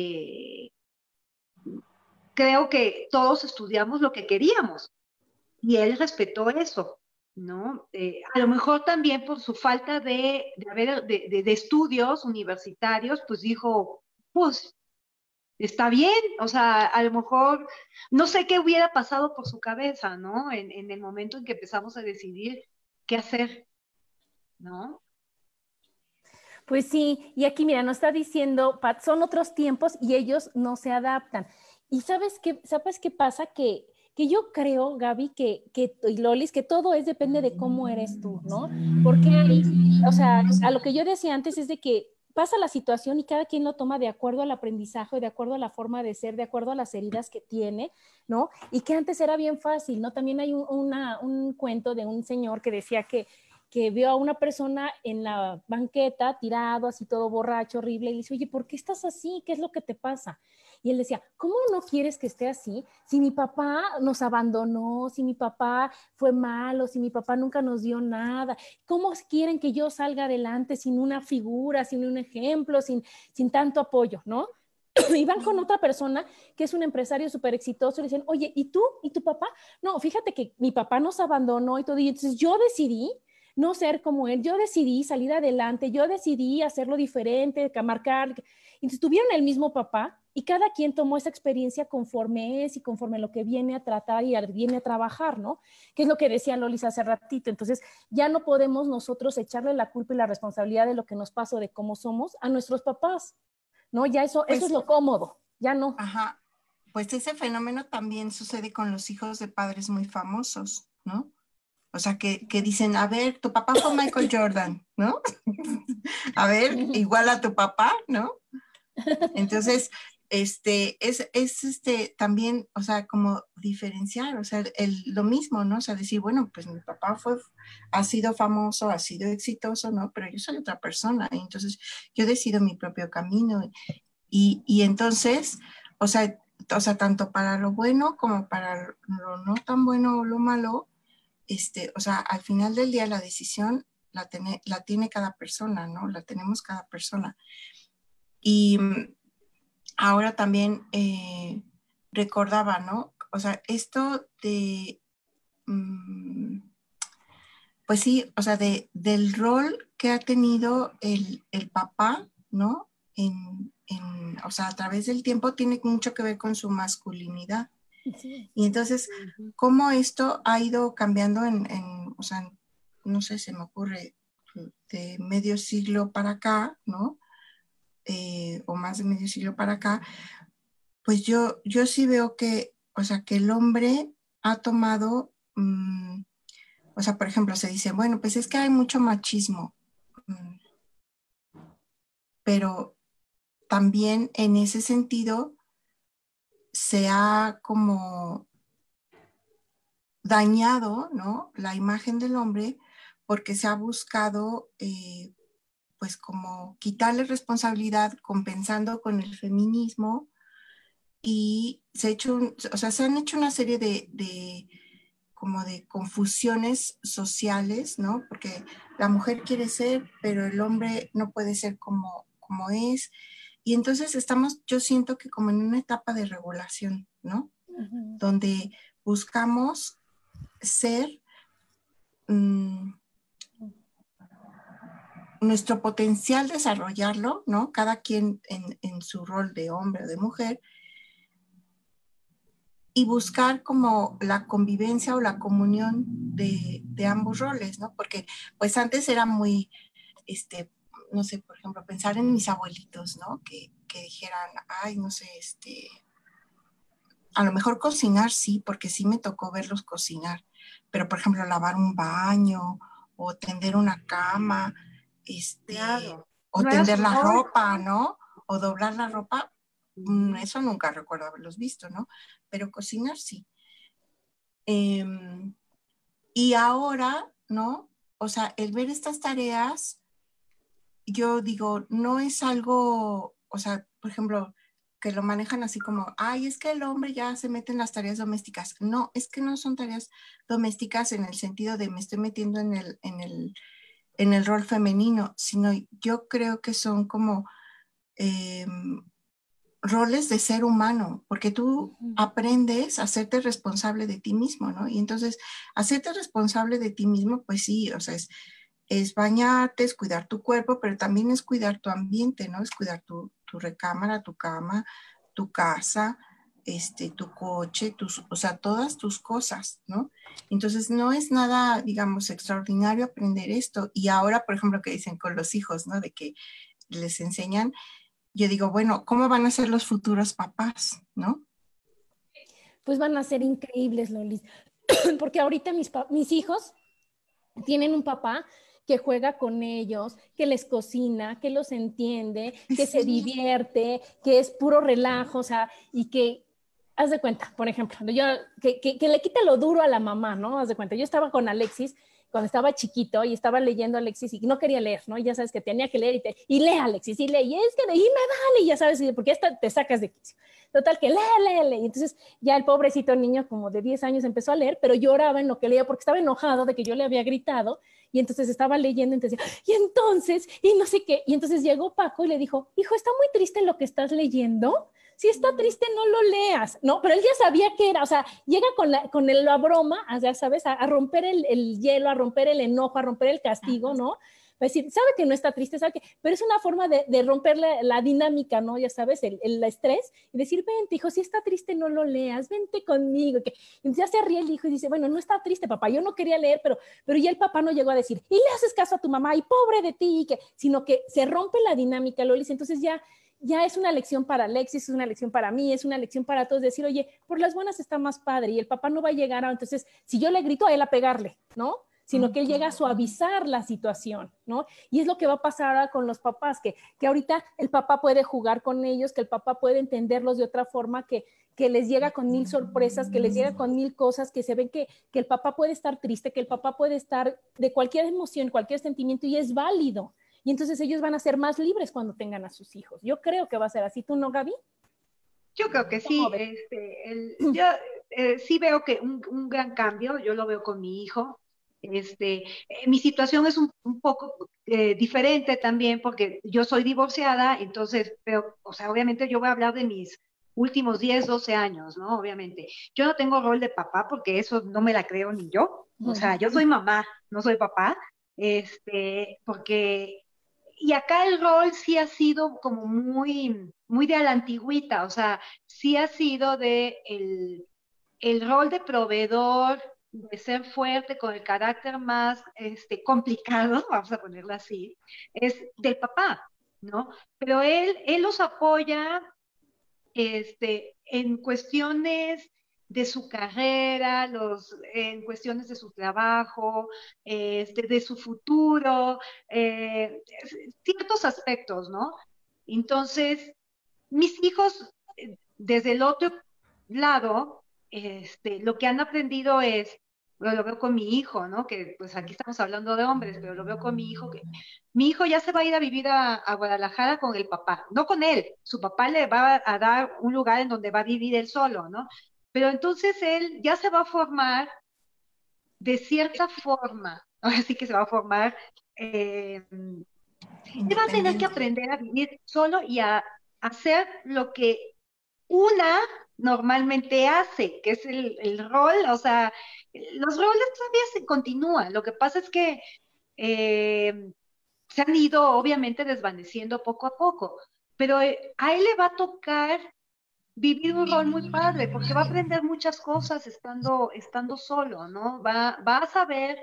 creo que todos estudiamos lo que queríamos y él respetó eso, ¿no? A lo mejor también por su falta de estudios universitarios, pues dijo, pues está bien, o sea, a lo mejor no sé qué hubiera pasado por su cabeza, ¿no? En el momento en que empezamos a decidir qué hacer, ¿no? Pues sí, y aquí mira, nos está diciendo, Pat, son otros tiempos y ellos no se adaptan. Y ¿sabes qué pasa? Que yo creo, Gaby, y Lolis, que todo depende de cómo eres tú, ¿no? Porque, o sea, a lo que yo decía antes es de que pasa la situación y cada quien lo toma de acuerdo al aprendizaje, de acuerdo a la forma de ser, de acuerdo a las heridas que tiene, ¿no? Y que antes era bien fácil, ¿no? También hay un cuento de un señor que decía que vio a una persona en la banqueta tirado, así todo borracho, horrible, y le dice, oye, ¿por qué estás así? ¿Qué es lo que te pasa? Y él decía, ¿cómo no quieres que esté así? Si mi papá nos abandonó, si mi papá fue malo, si mi papá nunca nos dio nada, ¿cómo quieren que yo salga adelante sin una figura, sin un ejemplo, sin tanto apoyo, ¿no? Y van con otra persona que es un empresario súper exitoso y le dicen, oye, ¿y tú? ¿Y tu papá? No, fíjate que mi papá nos abandonó y todo, y entonces yo decidí no ser como él, yo decidí salir adelante, yo decidí hacerlo diferente, marcar. Entonces tuvieron el mismo papá y cada quien tomó esa experiencia conforme es y conforme lo que viene a tratar y viene a trabajar, ¿no? Que es lo que decía Lolis hace ratito. Entonces ya no podemos nosotros echarle la culpa y la responsabilidad de lo que nos pasó, de cómo somos, a nuestros papás, ¿no? Ya eso es lo cómodo, ya no. Ajá, pues ese fenómeno también sucede con los hijos de padres muy famosos, ¿no? O sea, que dicen, a ver, tu papá fue Michael Jordan, ¿no? A ver, igual a tu papá, ¿no? Entonces, es también, o sea, como diferenciar, o sea, lo mismo, ¿no? O sea, decir, bueno, pues mi papá ha sido famoso, ha sido exitoso, ¿no? Pero yo soy otra persona, y entonces yo decido mi propio camino. Y entonces, o sea, tanto para lo bueno como para lo no tan bueno o lo malo, o sea, al final del día la decisión la tiene cada persona, ¿no? La tenemos cada persona. Y ahora también recordaba, ¿no? O sea, esto de, pues sí, o sea, del rol que ha tenido el papá, ¿no? O sea, a través del tiempo tiene mucho que ver con su masculinidad. Sí. Y entonces, cómo esto ha ido cambiando o sea, no sé, se me ocurre de medio siglo para acá, ¿no? O más de medio siglo para acá, pues yo sí veo que, o sea, que el hombre ha tomado, o sea, por ejemplo, se dice, bueno, pues es que hay mucho machismo, pero también en ese sentido se ha como dañado, ¿no? La imagen del hombre porque se ha buscado, pues como quitarle responsabilidad compensando con el feminismo y se han hecho una serie como de confusiones sociales, ¿no? Porque la mujer quiere ser, pero el hombre no puede ser como es. Y entonces yo siento que como en una etapa de regulación, ¿no? Donde buscamos ser nuestro potencial, desarrollarlo, ¿no? Cada quien en su rol de hombre o de mujer, y buscar como la convivencia o la comunión de ambos roles, ¿no? Porque pues antes era muy, no sé, por ejemplo, pensar en mis abuelitos, ¿no? Que dijeran, ay, no sé, a lo mejor cocinar sí, porque sí me tocó verlos cocinar, pero por ejemplo lavar un baño o tender una cama, claro. O tender la ropa, ¿no? O doblar la ropa, eso nunca recuerdo haberlos visto, ¿no? Pero cocinar sí. Y ahora, ¿no? O sea, el ver estas tareas, yo digo, no es algo, o sea, por ejemplo, que lo manejan así como, ay, es que el hombre ya se mete en las tareas domésticas. No, es que no son tareas domésticas en el sentido de me estoy metiendo en el rol femenino, sino yo creo que son como roles de ser humano, porque tú aprendes a hacerte responsable de ti mismo, ¿no? Y entonces, hacerte responsable de ti mismo, pues sí, o sea, es bañarte, es cuidar tu cuerpo, pero también es cuidar tu ambiente, ¿no? Es cuidar tu recámara, tu cama, tu casa, tu coche, o sea, todas tus cosas, ¿no? Entonces, no es nada, digamos, extraordinario aprender esto. Y ahora, por ejemplo, que dicen con los hijos, ¿no? De que les enseñan, yo digo, bueno, ¿cómo van a ser los futuros papás, no? Pues van a ser increíbles, Lolis, porque ahorita mis hijos tienen un papá que juega con ellos, que les cocina, que los entiende, que se divierte, que es puro relajo, o sea, y que, haz de cuenta, por ejemplo, que le quita lo duro a la mamá, ¿no? Haz de cuenta, yo estaba con Alexis cuando estaba chiquito y estaba leyendo a Alexis y no quería leer, ¿no? Y ya sabes que tenía que leer y lee Alexis, y lee, y es que de ahí me vale, y ya sabes, porque hasta te sacas de quicio. Total, que lee. Y entonces ya el pobrecito niño como de 10 años empezó a leer, pero lloraba en lo que leía porque estaba enojado de que yo le había gritado y entonces estaba leyendo, entonces, y no sé qué. Y entonces llegó Paco y le dijo, hijo, está muy triste lo que estás leyendo. si está triste no lo leas, ¿no? Pero él ya sabía qué era, o sea, llega con la broma, ya sabes, a romper el hielo, a romper el enojo, a romper el castigo, ¿no? Va a decir, sabe que no está triste, sabe que, pero es una forma de romper la dinámica, ¿no? Ya sabes, el estrés, y decir, vente, hijo, si está triste, no lo leas, vente conmigo. Y ya se ríe el hijo y dice, bueno, no está triste, papá, yo no quería leer, pero ya el papá no llegó a decir, y le haces caso a tu mamá, y pobre de ti, sino que se rompe la dinámica, Lolis, entonces ya es una lección para Alexis, es una lección para mí, es una lección para todos, decir, oye, por las buenas está más padre, y el papá no va a llegar entonces, si yo le grito a él a pegarle, ¿no? Sino que él llega a suavizar la situación, ¿no? Y es lo que va a pasar ahora con los papás, que ahorita el papá puede jugar con ellos, que el papá puede entenderlos de otra forma, que les llega con 1000 sorpresas, que les llega con 1000 cosas, que se ven que el papá puede estar triste, que el papá puede estar de cualquier emoción, cualquier sentimiento, y es válido. Y entonces ellos van a ser más libres cuando tengan a sus hijos. Yo creo que va a ser así. ¿Tú no, Gaby? Yo creo que sí. Yo sí veo que un gran cambio, yo lo veo con mi hijo. Mi situación es un poco diferente también porque yo soy divorciada, entonces, pero, o sea, obviamente yo voy a hablar de mis últimos 10, 12 años, ¿no? Obviamente. Yo no tengo rol de papá porque eso no me la creo ni yo. O sea, yo soy mamá, no soy papá, porque, y acá el rol sí ha sido como muy, muy de a la antigüita, o sea, sí ha sido de el rol de proveedor, de ser fuerte, con el carácter más complicado, vamos a ponerlo así, es del papá, ¿no? Pero él los apoya en cuestiones de su carrera, en cuestiones de su trabajo, de su futuro, ciertos aspectos, ¿no? Entonces, mis hijos, desde el otro lado, lo que han aprendido es, lo veo con mi hijo, ¿no? Que pues aquí estamos hablando de hombres, pero lo veo con mi hijo, que mi hijo ya se va a ir a vivir a Guadalajara con el papá, no con él, su papá le va a dar un lugar en donde va a vivir él solo, ¿no? Pero entonces él ya se va a formar de cierta forma, ahora sí que se va a formar, él va a tener que aprender a vivir solo y a hacer lo que una normalmente hace, que es el rol, o sea, los roles todavía se continúan, lo que pasa es que se han ido obviamente desvaneciendo poco a poco, pero a él le va a tocar vivir un rol muy padre, porque va a aprender muchas cosas estando solo, ¿no? Va a saber,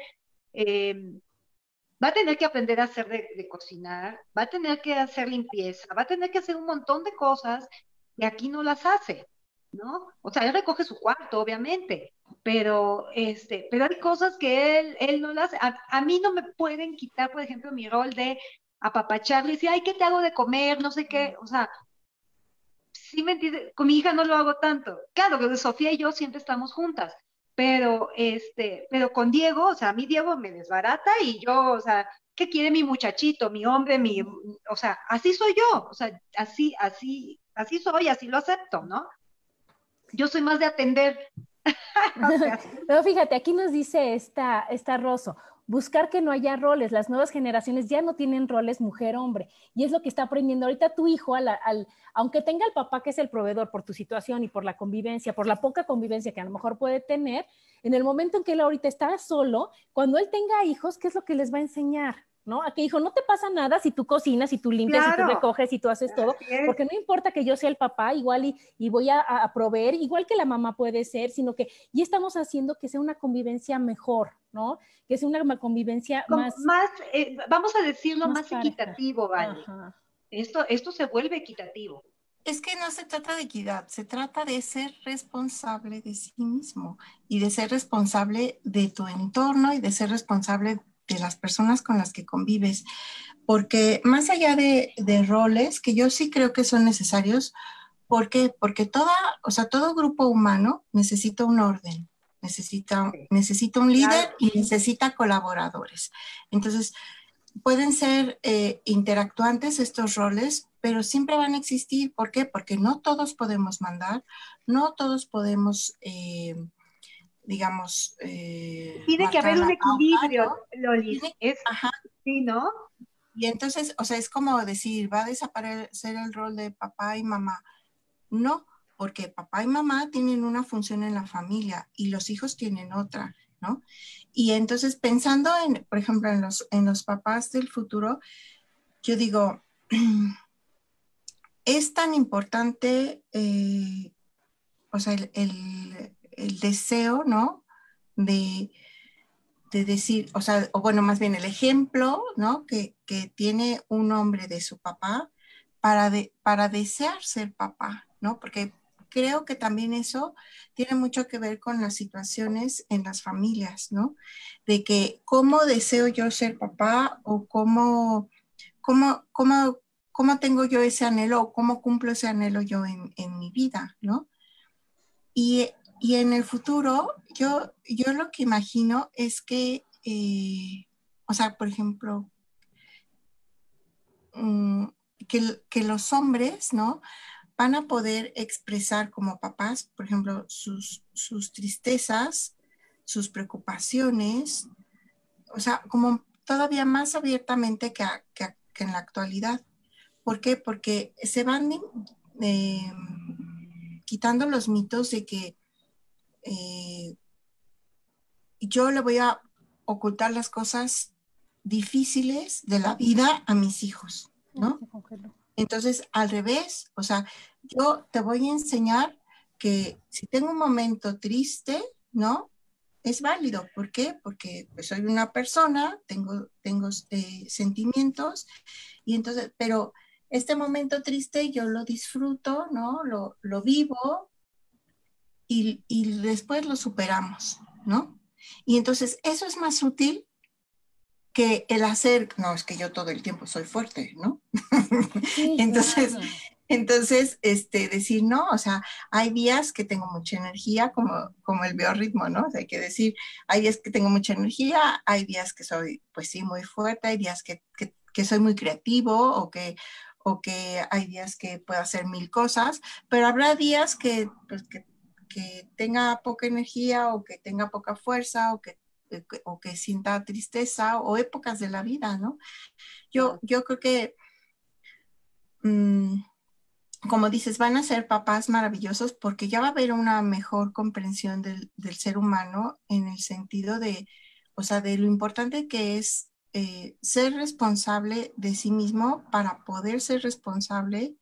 va a tener que aprender a hacer de cocinar, va a tener que hacer limpieza, va a tener que hacer un montón de cosas que aquí no las hace, ¿no? O sea, él recoge su cuarto, obviamente, pero hay cosas que él no las hace. A mí no me pueden quitar, por ejemplo, mi rol de apapacharle y decir, ay, ¿qué te hago de comer? No sé qué, o sea, sí me entiendes, con mi hija no lo hago tanto. Claro que Sofía y yo siempre estamos juntas, pero pero con Diego, o sea, a mí Diego me desbarata y yo, o sea, ¿qué quiere mi muchachito, mi hombre, o sea, así soy yo, o sea, así soy, así lo acepto, ¿no? Yo soy más de atender. O sea, pero fíjate, aquí nos dice esta Rosso, buscar que no haya roles, las nuevas generaciones ya no tienen roles mujer-hombre, y es lo que está aprendiendo ahorita tu hijo, aunque tenga el papá que es el proveedor por tu situación y por la convivencia, por la poca convivencia que a lo mejor puede tener, en el momento en que él ahorita está solo, cuando él tenga hijos, ¿qué es lo que les va a enseñar? ¿No? A que hijo, no te pasa nada si tú cocinas, si tú limpias, claro, si tú recoges, si tú haces todo, porque no importa que yo sea el papá, igual y voy a proveer, igual que la mamá puede ser, sino que ya estamos haciendo que sea una convivencia mejor, ¿no? Que sea una convivencia más vamos a decirlo, más equitativo, ¿vale? Esto se vuelve equitativo. Es que no se trata de equidad, se trata de ser responsable de sí mismo y de ser responsable de tu entorno y de ser responsable de las personas con las que convives, porque más allá de roles, que yo sí creo que son necesarios, ¿por qué? Porque todo grupo humano necesita un orden, necesita un líder, claro, y necesita colaboradores. Entonces, pueden ser interactuantes estos roles, pero siempre van a existir. ¿Por qué? Porque no todos podemos mandar, no todos podemos... digamos... tiene que haber un equilibrio, Loli. Sí, ¿no? Y entonces, o sea, es como decir, va a desaparecer el rol de papá y mamá. No, porque papá y mamá tienen una función en la familia y los hijos tienen otra, ¿no? Y entonces pensando en, por ejemplo, en los papás del futuro, yo digo, es tan importante, o sea, el deseo, ¿no? De decir, o sea, o bueno, más bien el ejemplo, ¿no? Que tiene un hombre de su papá para desear ser papá, ¿no? Porque creo que también eso tiene mucho que ver con las situaciones en las familias, ¿no? De que cómo deseo yo ser papá o cómo tengo yo ese anhelo o cómo cumplo ese anhelo yo en mi vida, ¿no? Y en el futuro, yo lo que imagino es que, o sea, por ejemplo, que los hombres, ¿no? Van a poder expresar como papás, por ejemplo, sus tristezas, sus preocupaciones, o sea, como todavía más abiertamente que en la actualidad. ¿Por qué? Porque se van quitando los mitos de que yo le voy a ocultar las cosas difíciles de la vida a mis hijos, ¿no? Entonces, al revés, o sea, yo te voy a enseñar que si tengo un momento triste, ¿no? Es válido. ¿Por qué? Porque pues, soy una persona, tengo sentimientos, y entonces, pero este momento triste yo lo disfruto, ¿no? Lo vivo y después lo superamos, ¿no? Y entonces eso es más útil que el hacer, no, es que yo todo el tiempo soy fuerte, ¿no? Sí, entonces, decir, no, o sea, hay días que tengo mucha energía, como el biorritmo, ¿no? O sea, hay que decir, hay días que tengo mucha energía, hay días que soy, pues sí, muy fuerte, hay días que soy muy creativo o que hay días que puedo hacer 1000 cosas, pero habrá días que tenga poca energía o que tenga poca fuerza o que sienta tristeza o épocas de la vida, ¿no? Yo creo que, como dices, van a ser papás maravillosos porque ya va a haber una mejor comprensión del ser humano en el sentido de, o sea, de lo importante que es ser responsable de sí mismo para poder ser responsable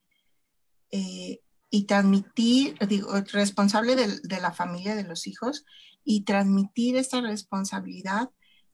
y transmitir, responsable de la familia, de los hijos, y transmitir esta responsabilidad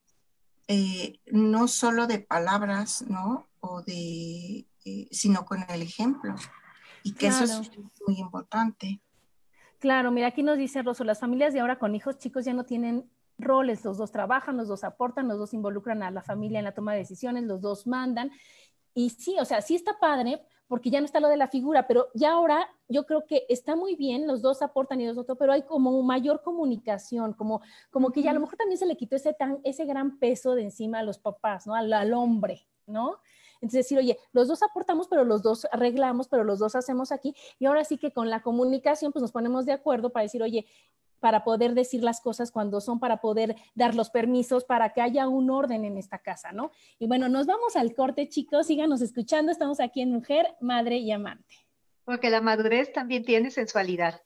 no solo de palabras, ¿no? Sino con el ejemplo. Y que claro. Eso es muy importante. Claro, mira, aquí nos dice Rosso, las familias de ahora con hijos chicos ya no tienen roles, los dos trabajan, los dos aportan, los dos involucran a la familia en la toma de decisiones, los dos mandan. Y sí, o sea, sí está padre, porque ya no está lo de la figura, pero ya ahora yo creo que está muy bien, los dos aportan y los otros, pero hay como mayor comunicación, como que ya a lo mejor también se le quitó ese gran peso de encima a los papás, ¿no? Al hombre, ¿no? Entonces decir, oye, los dos aportamos, pero los dos arreglamos, pero los dos hacemos aquí, y ahora sí que con la comunicación pues nos ponemos de acuerdo para decir, oye, para poder decir las cosas cuando son, para poder dar los permisos, para que haya un orden en esta casa, ¿no? Y bueno, nos vamos al corte, chicos, síganos escuchando, estamos aquí en Mujer, Madre y Amante. Porque la madurez también tiene sensualidad.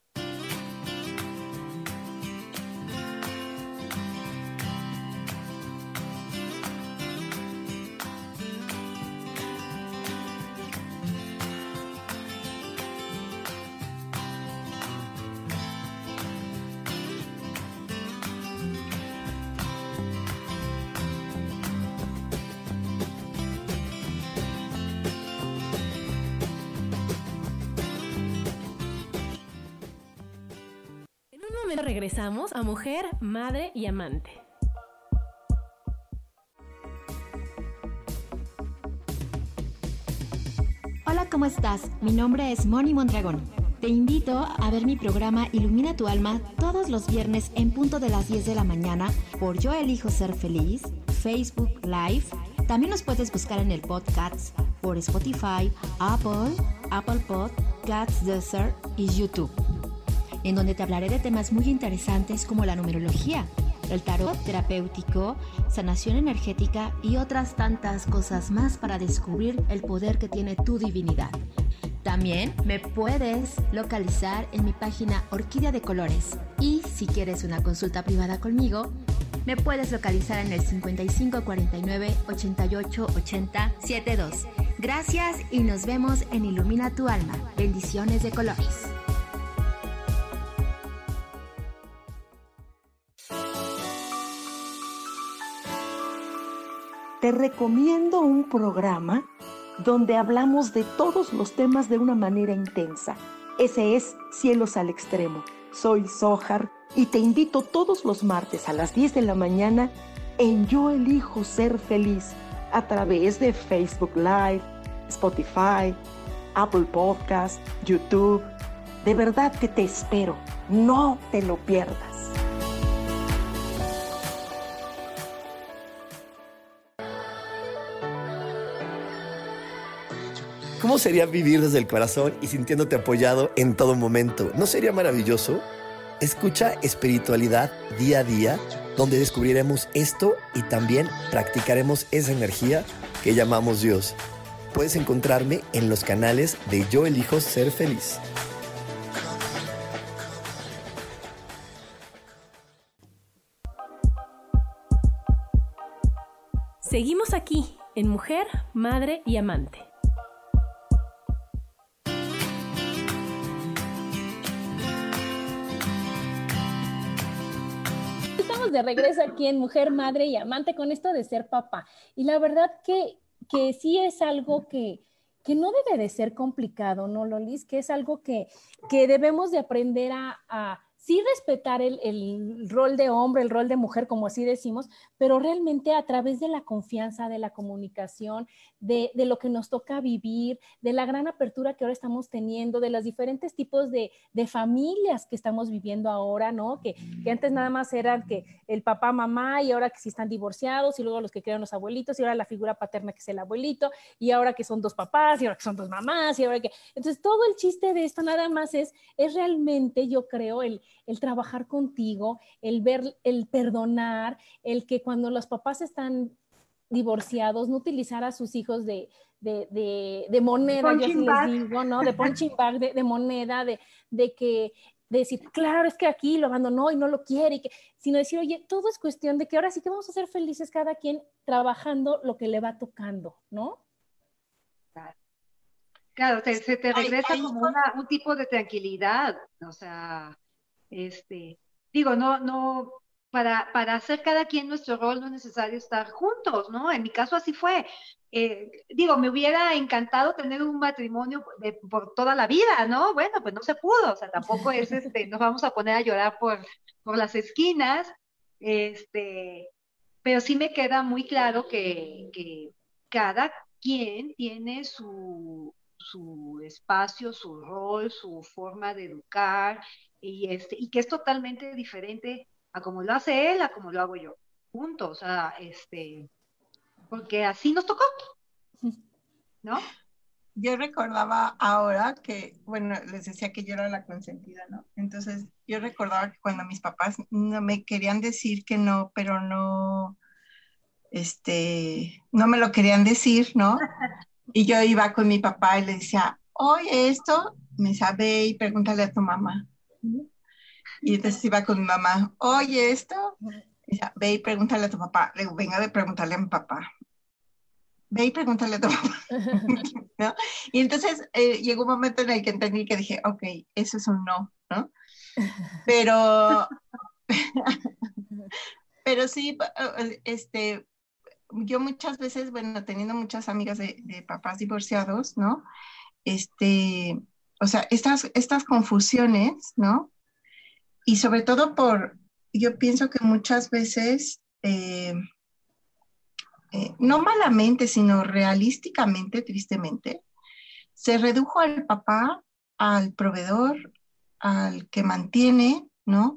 Regresamos a Mujer, Madre y Amante. Hola, ¿cómo estás? Mi nombre es Moni Mondragón. Te invito a ver mi programa Ilumina tu Alma todos los viernes en punto de las 10 de la mañana por Yo Elijo Ser Feliz, Facebook Live. También nos puedes buscar en el podcast por Spotify, Apple Podcasts, Deezer y YouTube, en donde te hablaré de temas muy interesantes como la numerología, el tarot terapéutico, sanación energética y otras tantas cosas más para descubrir el poder que tiene tu divinidad. También me puedes localizar en mi página Orquídea de Colores. Y si quieres una consulta privada conmigo, me puedes localizar en el 55 49 88 80 72. Gracias y nos vemos en Ilumina tu Alma. Bendiciones de colores. Te recomiendo un programa donde hablamos de todos los temas de una manera intensa. Ese es Cielos al Extremo. Soy Sohar y te invito todos los martes a las 10 de la mañana en Yo Elijo Ser Feliz a través de Facebook Live, Spotify, Apple Podcast, YouTube. De verdad que te espero. No te lo pierdas. ¿Cómo sería vivir desde el corazón y sintiéndote apoyado en todo momento? ¿No sería maravilloso? Escucha Espiritualidad Día a Día, donde descubriremos esto y también practicaremos esa energía que llamamos Dios. Puedes encontrarme en los canales de Yo Elijo Ser Feliz. Seguimos aquí en Mujer, Madre y Amante. De regreso aquí en Mujer, Madre y Amante con esto de ser papá. Y la verdad que sí es algo que no debe de ser complicado, ¿no, Lolis? Que es algo que debemos de aprender a sí respetar el rol de hombre, el rol de mujer, como así decimos, pero realmente a través de la confianza, de la comunicación, de lo que nos toca vivir, de la gran apertura que ahora estamos teniendo, de los diferentes tipos de familias que estamos viviendo ahora, ¿no? Que antes nada más eran que el papá, mamá, y ahora que sí están divorciados, y luego los que crearon los abuelitos, y ahora la figura paterna que es el abuelito, y ahora que son dos papás, y ahora que son dos mamás, y ahora que... Entonces todo el chiste de esto nada más es realmente, yo creo, el trabajar contigo, el ver, el perdonar, el que cuando los papás están divorciados, no utilizar a sus hijos de moneda, yo sí les digo, ¿no? De punching bag, de moneda, de decir, claro, es que aquí lo abandonó y no lo quiere, sino decir, oye, todo es cuestión de que ahora sí que vamos a ser felices cada quien trabajando lo que le va tocando, ¿no? Claro, se te regresa como un tipo de tranquilidad, o sea... digo, no, para hacer cada quien nuestro rol no es necesario estar juntos, ¿no? En mi caso así fue. Digo, me hubiera encantado tener un matrimonio por toda la vida, ¿no? Bueno, pues no se pudo, o sea, tampoco es, nos vamos a poner a llorar por las esquinas, pero sí me queda muy claro que cada quien tiene su espacio, su rol, su forma de educar, y que es totalmente diferente a como lo hace él, a como lo hago yo, punto, o sea, porque así nos tocó, ¿no? Yo recordaba ahora que, bueno, les decía que yo era la consentida, ¿no? Entonces, yo recordaba que cuando mis papás no me querían decir que no, pero no, no me lo querían decir, ¿no? Y yo iba con mi papá y le decía, oye, esto, me decía, ve y pregúntale a tu mamá. Y entonces iba con mi mamá, oye, esto, decía, ve y pregúntale a tu papá. Le digo, venga, ve, pregúntale a mi papá. Ve y pregúntale a tu papá. ¿No? Y entonces llegó un momento en el que entendí que dije, ok, eso es un no, ¿no? Pero sí, yo muchas veces, bueno, teniendo muchas amigas de papás divorciados, ¿no? O sea, estas confusiones, ¿no? Y sobre todo yo pienso que muchas veces, no malamente, sino realísticamente, tristemente, se redujo al papá, al proveedor, al que mantiene, ¿no?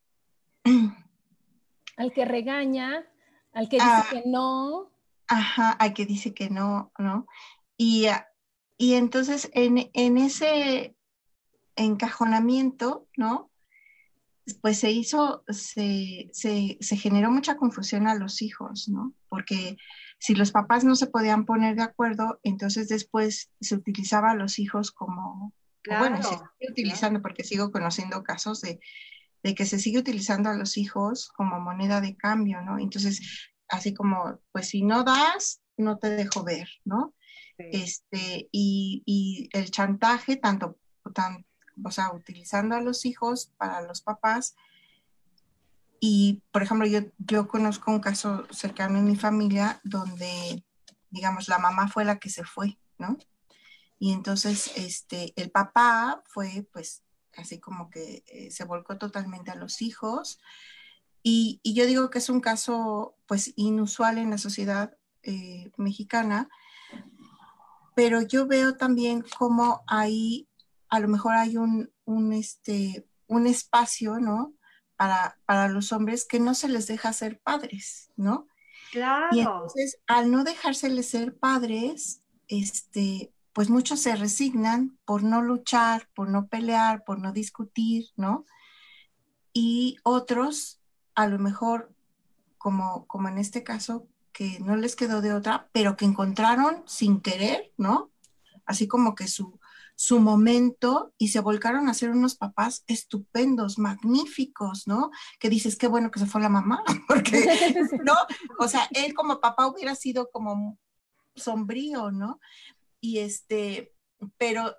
Al que regaña, al que dice que no. Ajá, al que dice que no, ¿no? Y entonces en ese encajonamiento, ¿no? Pues se generó mucha confusión a los hijos, ¿no? Porque si los papás no se podían poner de acuerdo, entonces después se utilizaba a los hijos como, bueno, se sigue utilizando, porque sigo conociendo casos de que se sigue utilizando a los hijos como moneda de cambio, ¿no? Entonces, así como, pues si no das, no te dejo ver, ¿no? Sí. Y el chantaje, o sea, utilizando a los hijos para los papás. Y, por ejemplo, yo conozco un caso cercano en mi familia donde, digamos, la mamá fue la que se fue, ¿no? Y entonces, el papá fue, pues, así como que se volcó totalmente a los hijos. Y yo digo que es un caso, pues, inusual en la sociedad mexicana, pero yo veo también cómo ahí, a lo mejor hay un espacio, ¿no? Para los hombres que no se les deja ser padres, ¿no? Claro. Y entonces, al no dejárseles ser padres, pues muchos se resignan por no luchar, por no pelear, por no discutir, ¿no? Y otros, a lo mejor, como en este caso, que no les quedó de otra, pero que encontraron sin querer, ¿no? Así como que su momento, y se volcaron a ser unos papás estupendos, magníficos, ¿no? Que dices, qué bueno que se fue la mamá, porque, ¿no? O sea, él como papá hubiera sido como sombrío, ¿no? Y pero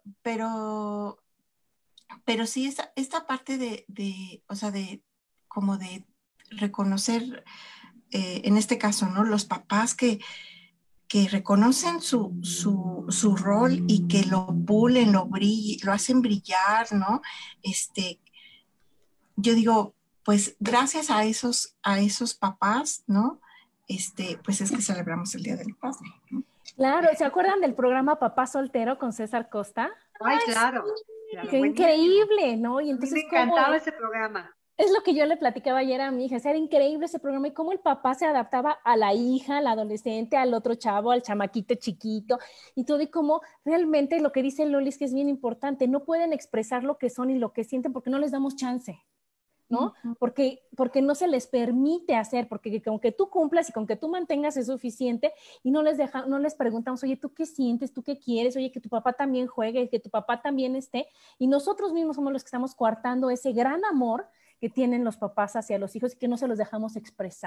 sí, esta parte o sea, como de reconocer, en este caso, ¿no? Los papás que reconocen su rol y que lo pulen, lo hacen brillar, ¿no? Yo digo, pues gracias a esos papás, ¿no? Pues es que celebramos el Día del Padre, ¿no? Claro, ¿se acuerdan del programa Papá Soltero con César Costa? Ay, claro. Qué increíble, ¿no? Y entonces, me encantaba ese programa. Es lo que yo le platicaba ayer a mi hija, o sea, era increíble ese programa y cómo el papá se adaptaba a la hija, al adolescente, al otro chavo, al chamaquito chiquito y todo, y cómo realmente lo que dice Loli es que es bien importante, no pueden expresar lo que son y lo que sienten porque no les damos chance, ¿no? Porque no se les permite hacer, porque con que tú cumplas y con que tú mantengas es suficiente y no les preguntamos, oye, ¿tú qué sientes? ¿Tú qué quieres? Oye, que tu papá también juegue, que tu papá también esté, y nosotros mismos somos los que estamos coartando ese gran amor que tienen los papás hacia los hijos y que no se los dejamos expresar.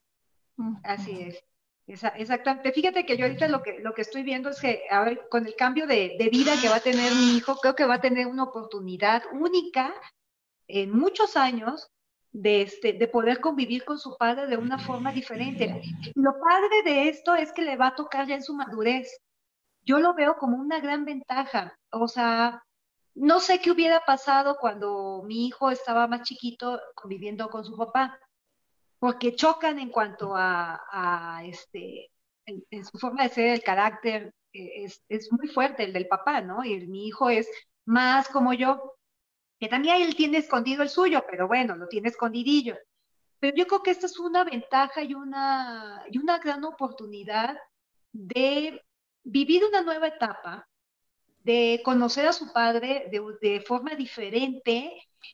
Así es. Exactamente. Fíjate que yo ahorita lo que estoy viendo es que, a ver, con el cambio de vida que va a tener mi hijo, creo que va a tener una oportunidad única en muchos años de poder convivir con su padre de una forma diferente. Lo padre de esto es que le va a tocar ya en su madurez. Yo lo veo como una gran ventaja. O sea, no sé qué hubiera pasado cuando mi hijo estaba más chiquito conviviendo con su papá, porque chocan en cuanto a en su forma de ser, el carácter es muy fuerte el del papá, ¿no? Y mi hijo es más como yo, que también él tiene escondido el suyo, pero bueno, lo tiene escondidillo. Pero yo creo que esta es una ventaja y una gran oportunidad de vivir una nueva etapa, de conocer a su padre de forma diferente.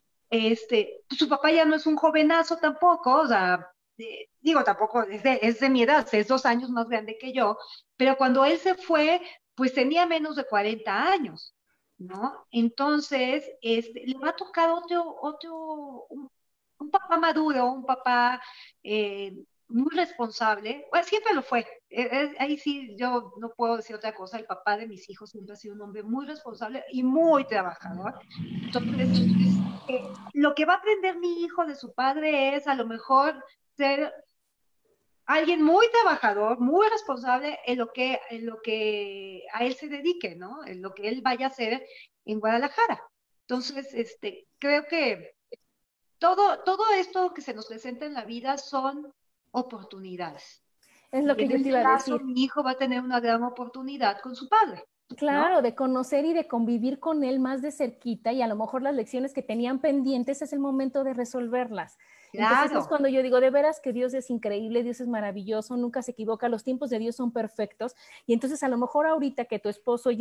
Su papá ya no es un jovenazo tampoco, o sea, digo, tampoco es de mi edad, es 2 años más grande que yo, pero cuando él se fue, pues tenía menos de 40 años, ¿no? Entonces, le va a tocar un papá maduro, un papá muy responsable. Bueno, siempre lo fue. Ahí sí yo no puedo decir otra cosa. El papá de mis hijos siempre ha sido un hombre muy responsable y muy trabajador. Entonces, lo que va a aprender mi hijo de su padre es a lo mejor ser alguien muy trabajador, muy responsable en lo que a él se dedique, ¿no? En lo que él vaya a hacer en Guadalajara. Entonces, creo que todo esto que se nos presenta en la vida son oportunidades. Es lo que yo te iba a decir. Mi hijo va a tener una gran oportunidad con su padre. Claro, ¿no? De conocer y de convivir con él más de cerquita, y a lo mejor las lecciones que tenían pendientes es el momento de resolverlas. Claro. Entonces es cuando yo digo, de veras que Dios es increíble, Dios es maravilloso, nunca se equivoca, los tiempos de Dios son perfectos, y entonces a lo mejor ahorita que tu esposo ya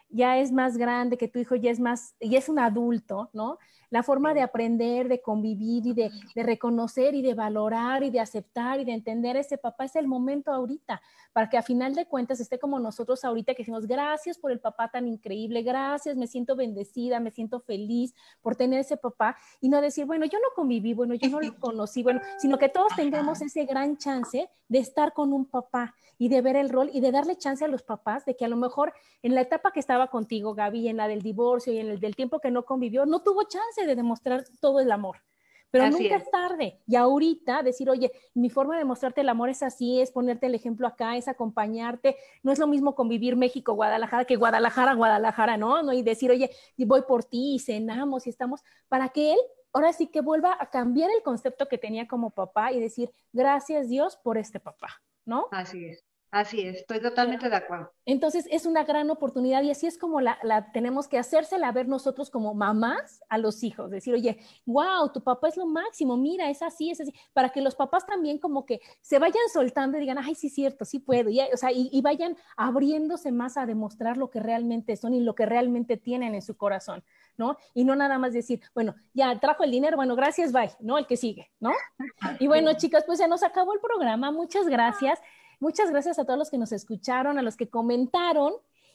ya es más grande, que tu hijo ya es un adulto, ¿no? La forma de aprender, de convivir y de reconocer y de valorar y de aceptar y de entender a ese papá es el momento ahorita, para que a final de cuentas esté como nosotros ahorita, que decimos gracias por el papá tan increíble, gracias, me siento bendecida, me siento feliz por tener ese papá, y no decir, bueno, yo no conviví, bueno, yo no lo conocí, bueno, sino que todos tengamos ese gran chance de estar con un papá y de ver el rol y de darle chance a los papás de que a lo mejor en la etapa que estaba contigo, Gaby, en la del divorcio y en el del tiempo que no convivió, no tuvo chance de demostrar todo el amor. Pero así nunca es tarde. Y ahorita decir, oye, mi forma de mostrarte el amor es así, es ponerte el ejemplo acá, es acompañarte. No es lo mismo convivir México-Guadalajara que Guadalajara, ¿no? Y decir, oye, voy por ti y cenamos y estamos, para que él ahora sí que vuelva a cambiar el concepto que tenía como papá y decir, gracias Dios por este papá, ¿no? Así es, estoy totalmente de acuerdo. Entonces es una gran oportunidad y así es como la tenemos que hacérsela ver nosotros como mamás a los hijos, decir, oye, wow, tu papá es lo máximo, mira, es así, para que los papás también como que se vayan soltando y digan, ay, sí es cierto, sí puedo, y vayan abriéndose más a demostrar lo que realmente son y lo que realmente tienen en su corazón, ¿no? Y no nada más decir, bueno, ya trajo el dinero, bueno, gracias, bye, ¿no? El que sigue, ¿no? Y bueno, chicas, pues se nos acabó el programa, muchas gracias. Muchas gracias a todos los que nos escucharon, a los que comentaron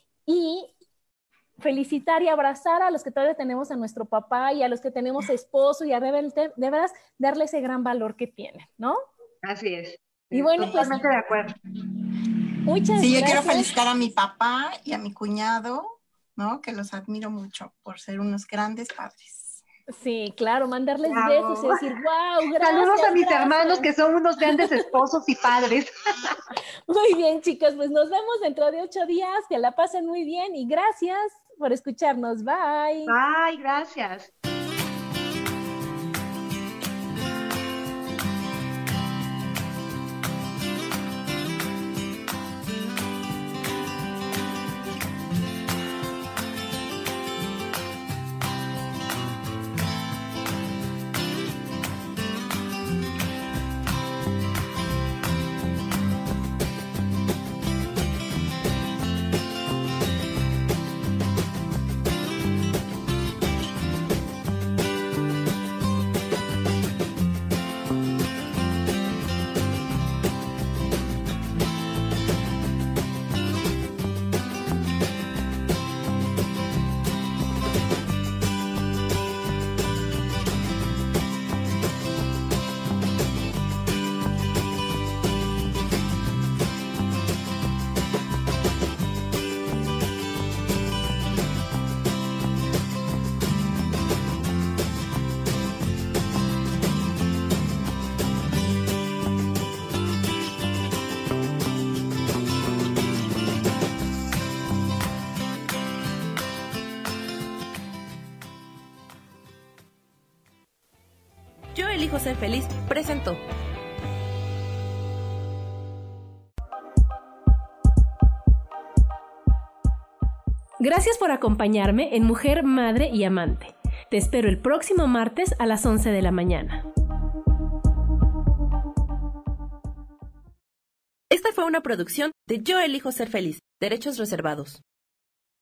y felicitar y abrazar a los que todavía tenemos a nuestro papá y a los que tenemos esposo y a de veras darle ese gran valor que tienen, ¿no? Así es. Y bueno, totalmente de acuerdo. Muchas gracias. Sí, yo quiero felicitar a mi papá y a mi cuñado, ¿no? Que los admiro mucho por ser unos grandes padres. Sí, claro, mandarles besos y decir, wow, gracias. Saludos a mis hermanos que son unos grandes esposos y padres. Muy bien, chicos, pues nos vemos dentro de 8 días, que la pasen muy bien y gracias por escucharnos, bye. Bye, gracias. Yo elijo ser feliz presentó. Gracias por acompañarme en Mujer, Madre y Amante. Te espero el próximo martes a las 11 de la mañana. Esta fue una producción de Yo elijo ser feliz. Derechos reservados.